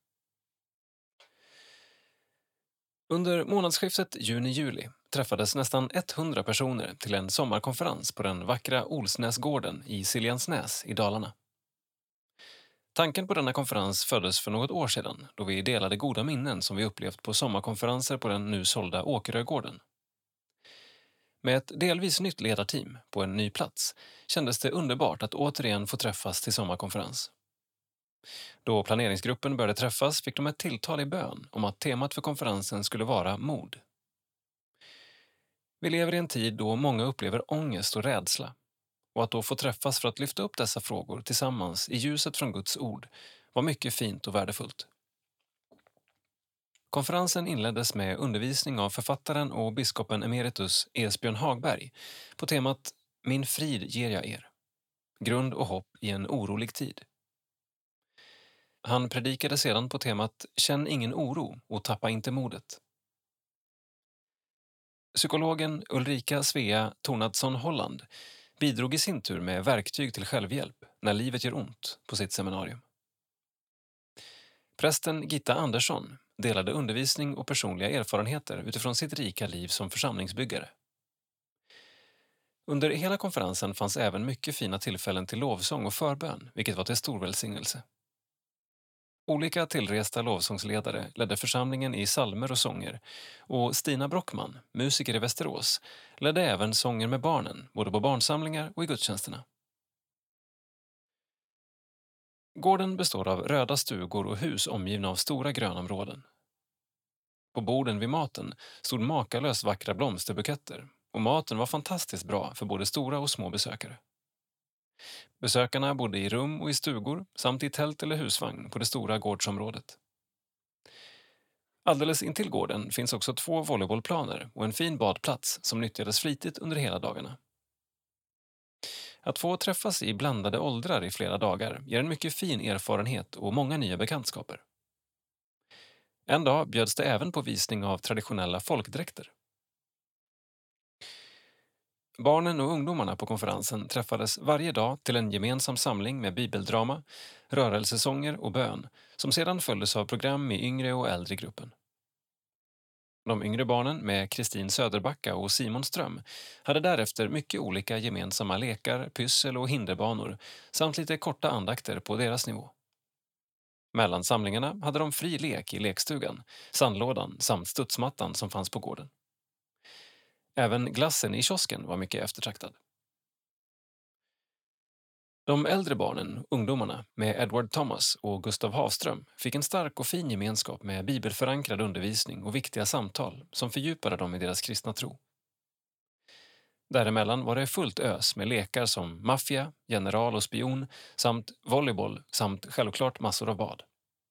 Under månadsskiftet juni-juli träffades nästan 100 personer till en sommarkonferens på den vackra Olsnäsgården i Siljansnäs i Dalarna. Tanken på denna konferens föddes för något år sedan då vi delade goda minnen som vi upplevt på sommarkonferenser på den nu sålda Åkerögården. Med ett delvis nytt ledarteam på en ny plats kändes det underbart att återigen få träffas till sommarkonferens. Då planeringsgruppen började träffas fick de ett tilltal i bön om att temat för konferensen skulle vara mod. Vi lever i en tid då många upplever ångest och rädsla, och att då få träffas för att lyfta upp dessa frågor tillsammans i ljuset från Guds ord var mycket fint och värdefullt. Konferensen inleddes med undervisning av författaren och biskopen emeritus Esbjörn Hagberg på temat Min frid ger jag er. Grund och hopp i en orolig tid. Han predikade sedan på temat Känn ingen oro och tappa inte modet. Psykologen Ulrika Svea Tornadsson Holland bidrog i sin tur med verktyg till självhjälp när livet gör ont på sitt seminarium. Prästen Gitta Andersson delade undervisning och personliga erfarenheter utifrån sitt rika liv som församlingsbyggare. Under hela konferensen fanns även mycket fina tillfällen till lovsång och förbön, vilket var till stor välsignelse. Olika tillresta lovsångsledare ledde församlingen i psalmer och sånger, och Stina Brockman, musiker i Västerås, ledde även sånger med barnen, både på barnsamlingar och i gudstjänsterna. Gården består av röda stugor och hus omgivna av stora grönområden. På borden vid maten stod makalöst vackra blomsterbuketter, och maten var fantastiskt bra för både stora och små besökare. Besökarna bodde i rum och i stugor samt i tält eller husvagn på det stora gårdsområdet. Alldeles intill gården finns också 2 volleybollplaner och en fin badplats som nyttjades flitigt under hela dagarna. Att få träffas i blandade åldrar i flera dagar ger en mycket fin erfarenhet och många nya bekantskaper. En dag bjöds det även på visning av traditionella folkdräkter. Barnen och ungdomarna på konferensen träffades varje dag till en gemensam samling med bibeldrama, rörelsesånger och bön som sedan följdes av program i yngre och äldre gruppen. De yngre barnen med Kristin Söderbacka och Simon Ström hade därefter mycket olika gemensamma lekar, pyssel och hinderbanor samt lite korta andakter på deras nivå. Mellan samlingarna hade de fri lek i lekstugan, sandlådan samt studsmattan som fanns på gården. Även glassen i kiosken var mycket eftertraktad. De äldre barnen, ungdomarna, med Edward Thomas och Gustav Havström fick en stark och fin gemenskap med bibelförankrad undervisning och viktiga samtal som fördjupade dem i deras kristna tro. Däremellan var det fullt ös med lekar som maffia, general och spion samt volleyboll samt självklart massor av bad.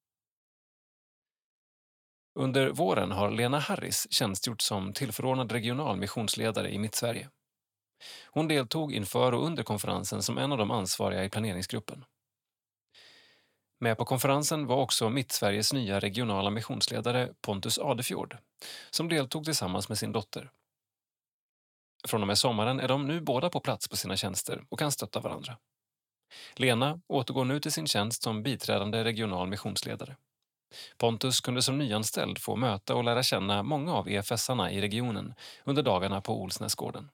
Under våren har Lena Harris tjänstgjort som tillförordnad regional missionsledare i Mittsverige. Hon deltog inför och under konferensen som en av de ansvariga i planeringsgruppen. Med på konferensen var också Mittsveriges nya regionala missionsledare Pontus Adefjord, som deltog tillsammans med sin dotter. Från och med sommaren är de nu båda på plats på sina tjänster och kan stötta varandra. Lena återgår nu till sin tjänst som biträdande regional missionsledare. Pontus kunde som nyanställd få möta och lära känna många av EFS-arna i regionen under dagarna på Olsnäsgården.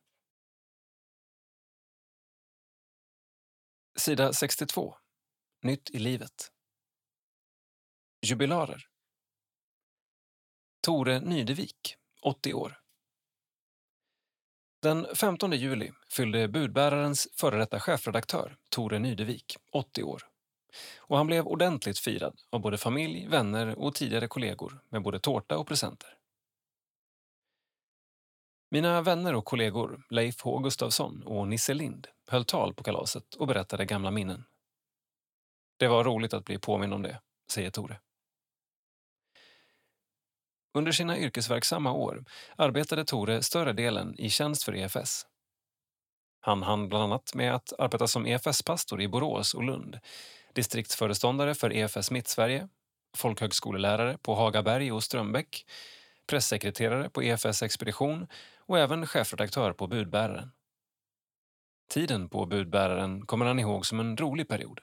Sida 62. Nytt i livet. Jubilarer. Tore Nydevik, 80 år. Den 15 juli fyllde budbärarens före detta chefredaktör Tore Nydevik 80 år. Och han blev ordentligt firad av både familj, vänner och tidigare kollegor med både tårta och presenter. Mina vänner och kollegor Leif H. Gustafsson och Nisse Lind höll tal på kalaset och berättade gamla minnen. Det var roligt att bli påminn om det, säger Tore. Under sina yrkesverksamma år arbetade Tore större delen i tjänst för EFS. Han hann bland annat med att arbeta som EFS-pastor i Borås och Lund, distriktsföreståndare för EFS Mittsverige, folkhögskolelärare på Hagaberg och Strömbäck, pressekreterare på EFS expedition och även chefredaktör på budbäraren. Tiden på budbäraren kommer han ihåg som en rolig period.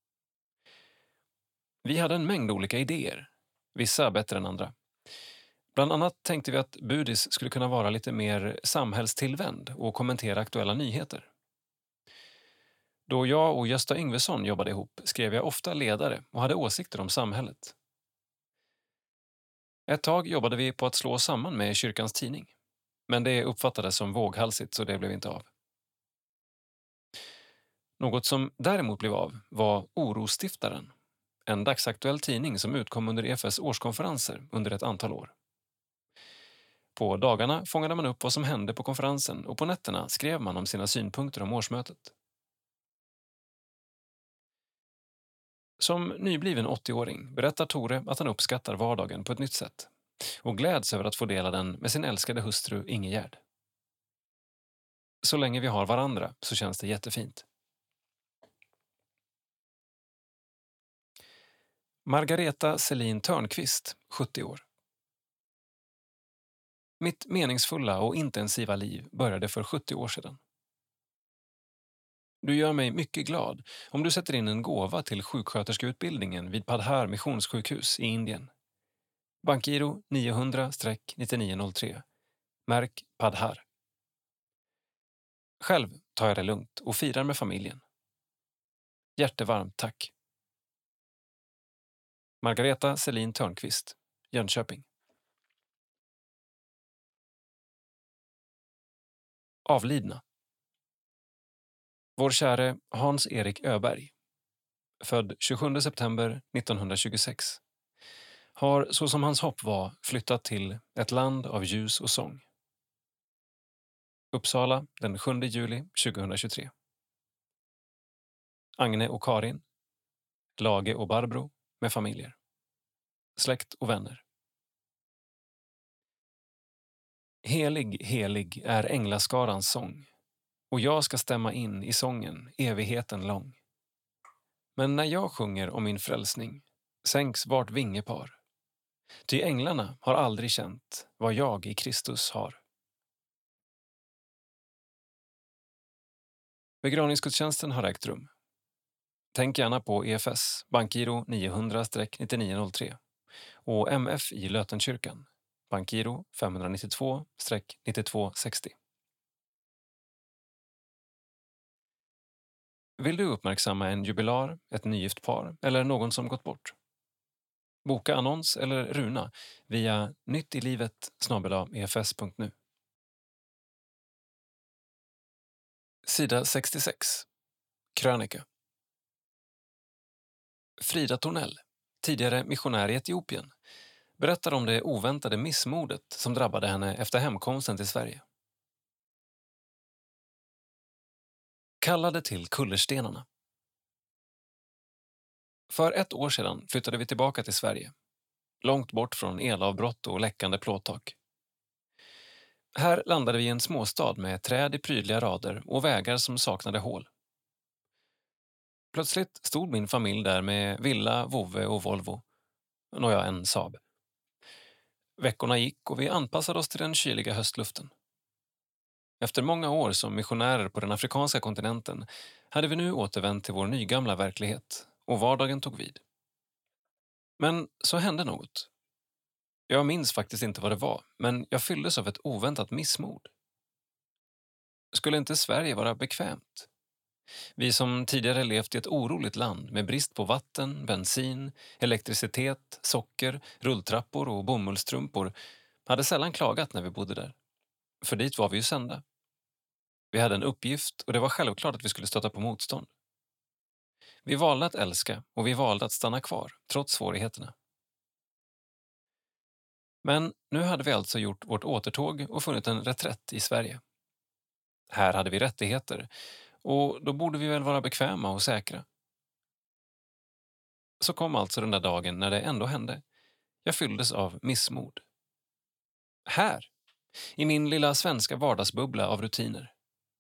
Vi hade en mängd olika idéer, vissa bättre än andra. Bland annat tänkte vi att Budis skulle kunna vara lite mer samhällstillvänd och kommentera aktuella nyheter. Då jag och Gösta Yngvesson jobbade ihop skrev jag ofta ledare och hade åsikter om samhället. Ett tag jobbade vi på att slå samman med Kyrkans tidning. Men det uppfattades som våghalsigt så det blev inte av. Något som däremot blev av var Orosstiftaren, en dagsaktuell tidning som utkom under EFS årskonferenser under ett antal år. På dagarna fångade man upp vad som hände på konferensen och på nätterna skrev man om sina synpunkter om årsmötet. Som nybliven 80-åring berättar Tore att han uppskattar vardagen på ett nytt sätt och gläds över att få dela den med sin älskade hustru Ingegärd. Så länge vi har varandra så känns det jättefint. Margareta Selin Törnqvist, 70 år. Mitt meningsfulla och intensiva liv började för 70 år sedan. Du gör mig mycket glad om du sätter in en gåva till sjuksköterskeutbildningen vid Padhar missionssjukhus i Indien. Bankgiro 900-9903. Märk Padhar. Själv tar jag det lugnt och firar med familjen. Hjärtevarmt tack. Margareta Selin Törnqvist, Jönköping. Avlidna. Vår käre Hans-Erik Öberg, född 27 september 1926, har så som hans hopp var flyttat till ett land av ljus och sång. Uppsala den 7 juli 2023. Agne och Karin, Lage och Barbro med familjer. Släkt och vänner. Helig, helig är änglaskarans sång, och jag ska stämma in i sången evigheten lång. Men när jag sjunger om min frälsning sänks vart vingepar, ty änglarna har aldrig känt vad jag i Kristus har. Begravningsgudstjänsten har ägt rum. Tänk gärna på EFS, Bankgiro 900-9903 och MF i Lötenkyrkan, Bankgiro 592-9260. Vill du uppmärksamma en jubilar, ett nygift par eller någon som gått bort? Boka annons eller runa via nyttilivet@efs.nu. Sida 66. Krönika. Frida Tornell, tidigare missionär i Etiopien, berättar om det oväntade missmodet som drabbade henne efter hemkomsten till Sverige. Kallade till kullerstenarna. För 1 år sedan flyttade vi tillbaka till Sverige, långt bort från elavbrott och läckande plåttak. Här landade vi i en småstad med träd i prydliga rader och vägar som saknade hål. Plötsligt stod min familj där med villa, vovve och Volvo. Nåja, en Saab. Veckorna gick och vi anpassade oss till den kyliga höstluften. Efter många år som missionärer på den afrikanska kontinenten hade vi nu återvänt till vår nygamla verklighet och vardagen tog vid. Men så hände något. Jag minns faktiskt inte vad det var, men jag fylldes av ett oväntat missmod. Skulle inte Sverige vara bekvämt? Vi som tidigare levt i ett oroligt land med brist på vatten, bensin, elektricitet, socker, rulltrappor och bomullstrumpor hade sällan klagat när vi bodde där. För dit var vi ju sända. Vi hade en uppgift och det var självklart att vi skulle stöta på motstånd. Vi valde att älska och vi valde att stanna kvar, trots svårigheterna. Men nu hade vi alltså gjort vårt återtåg och funnit en reträtt i Sverige. Här hade vi rättigheter och då borde vi väl vara bekväma och säkra. Så kom alltså den där dagen när det ändå hände. Jag fylldes av missmod. Här, i min lilla svenska vardagsbubbla av rutiner.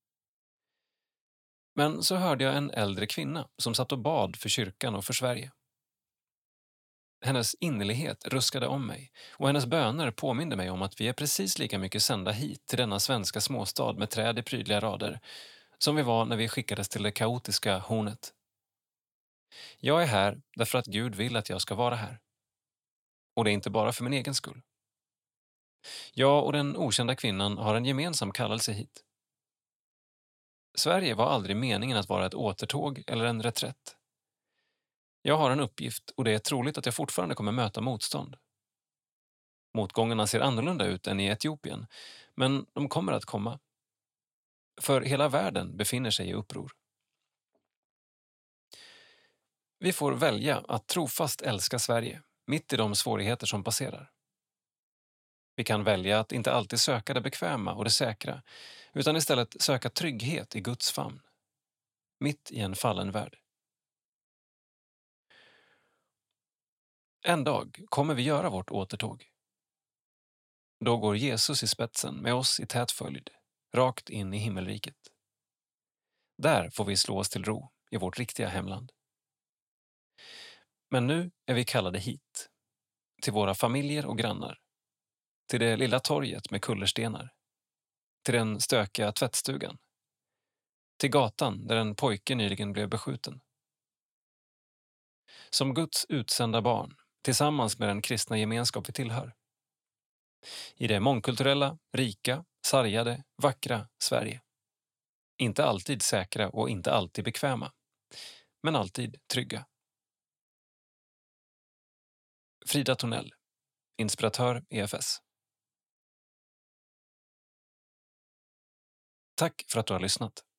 Men så hörde jag en äldre kvinna som satt och bad för kyrkan och för Sverige. Hennes innerlighet ruskade om mig och hennes böner påminde mig om att vi är precis lika mycket sända hit till denna svenska småstad med träd i prydliga rader som vi var när vi skickades till det kaotiska Hornet. Jag är här därför att Gud vill att jag ska vara här. Och det är inte bara för min egen skull. Jag och den okända kvinnan har en gemensam kallelse hit. Sverige var aldrig meningen att vara ett återtåg eller en reträtt. Jag har en uppgift och det är troligt att jag fortfarande kommer möta motstånd. Motgångarna ser annorlunda ut än i Etiopien, Men de kommer att komma. För hela världen befinner sig i uppror. Vi får välja att trofast älska Sverige, mitt i de svårigheter som passerar. Vi kan välja att inte alltid söka det bekväma och det säkra, utan istället söka trygghet i Guds famn, mitt i en fallen värld. En dag kommer vi göra vårt återtåg. Då går Jesus i spetsen med oss i tät följd, rakt in i himmelriket. Där får vi slå oss till ro i vårt riktiga hemland. Men nu är vi kallade hit, till våra familjer och grannar, till det lilla torget med kullerstenar, till den stökiga tvättstugan, till gatan där en pojke nyligen blev beskjuten. Som Guds utsända barn, tillsammans med den kristna gemenskap vi tillhör. I det mångkulturella, rika, sargade, vackra Sverige. Inte alltid säkra och inte alltid bekväma, men alltid trygga. Frida Tornell, inspiratör EFS. Tack för att du har lyssnat.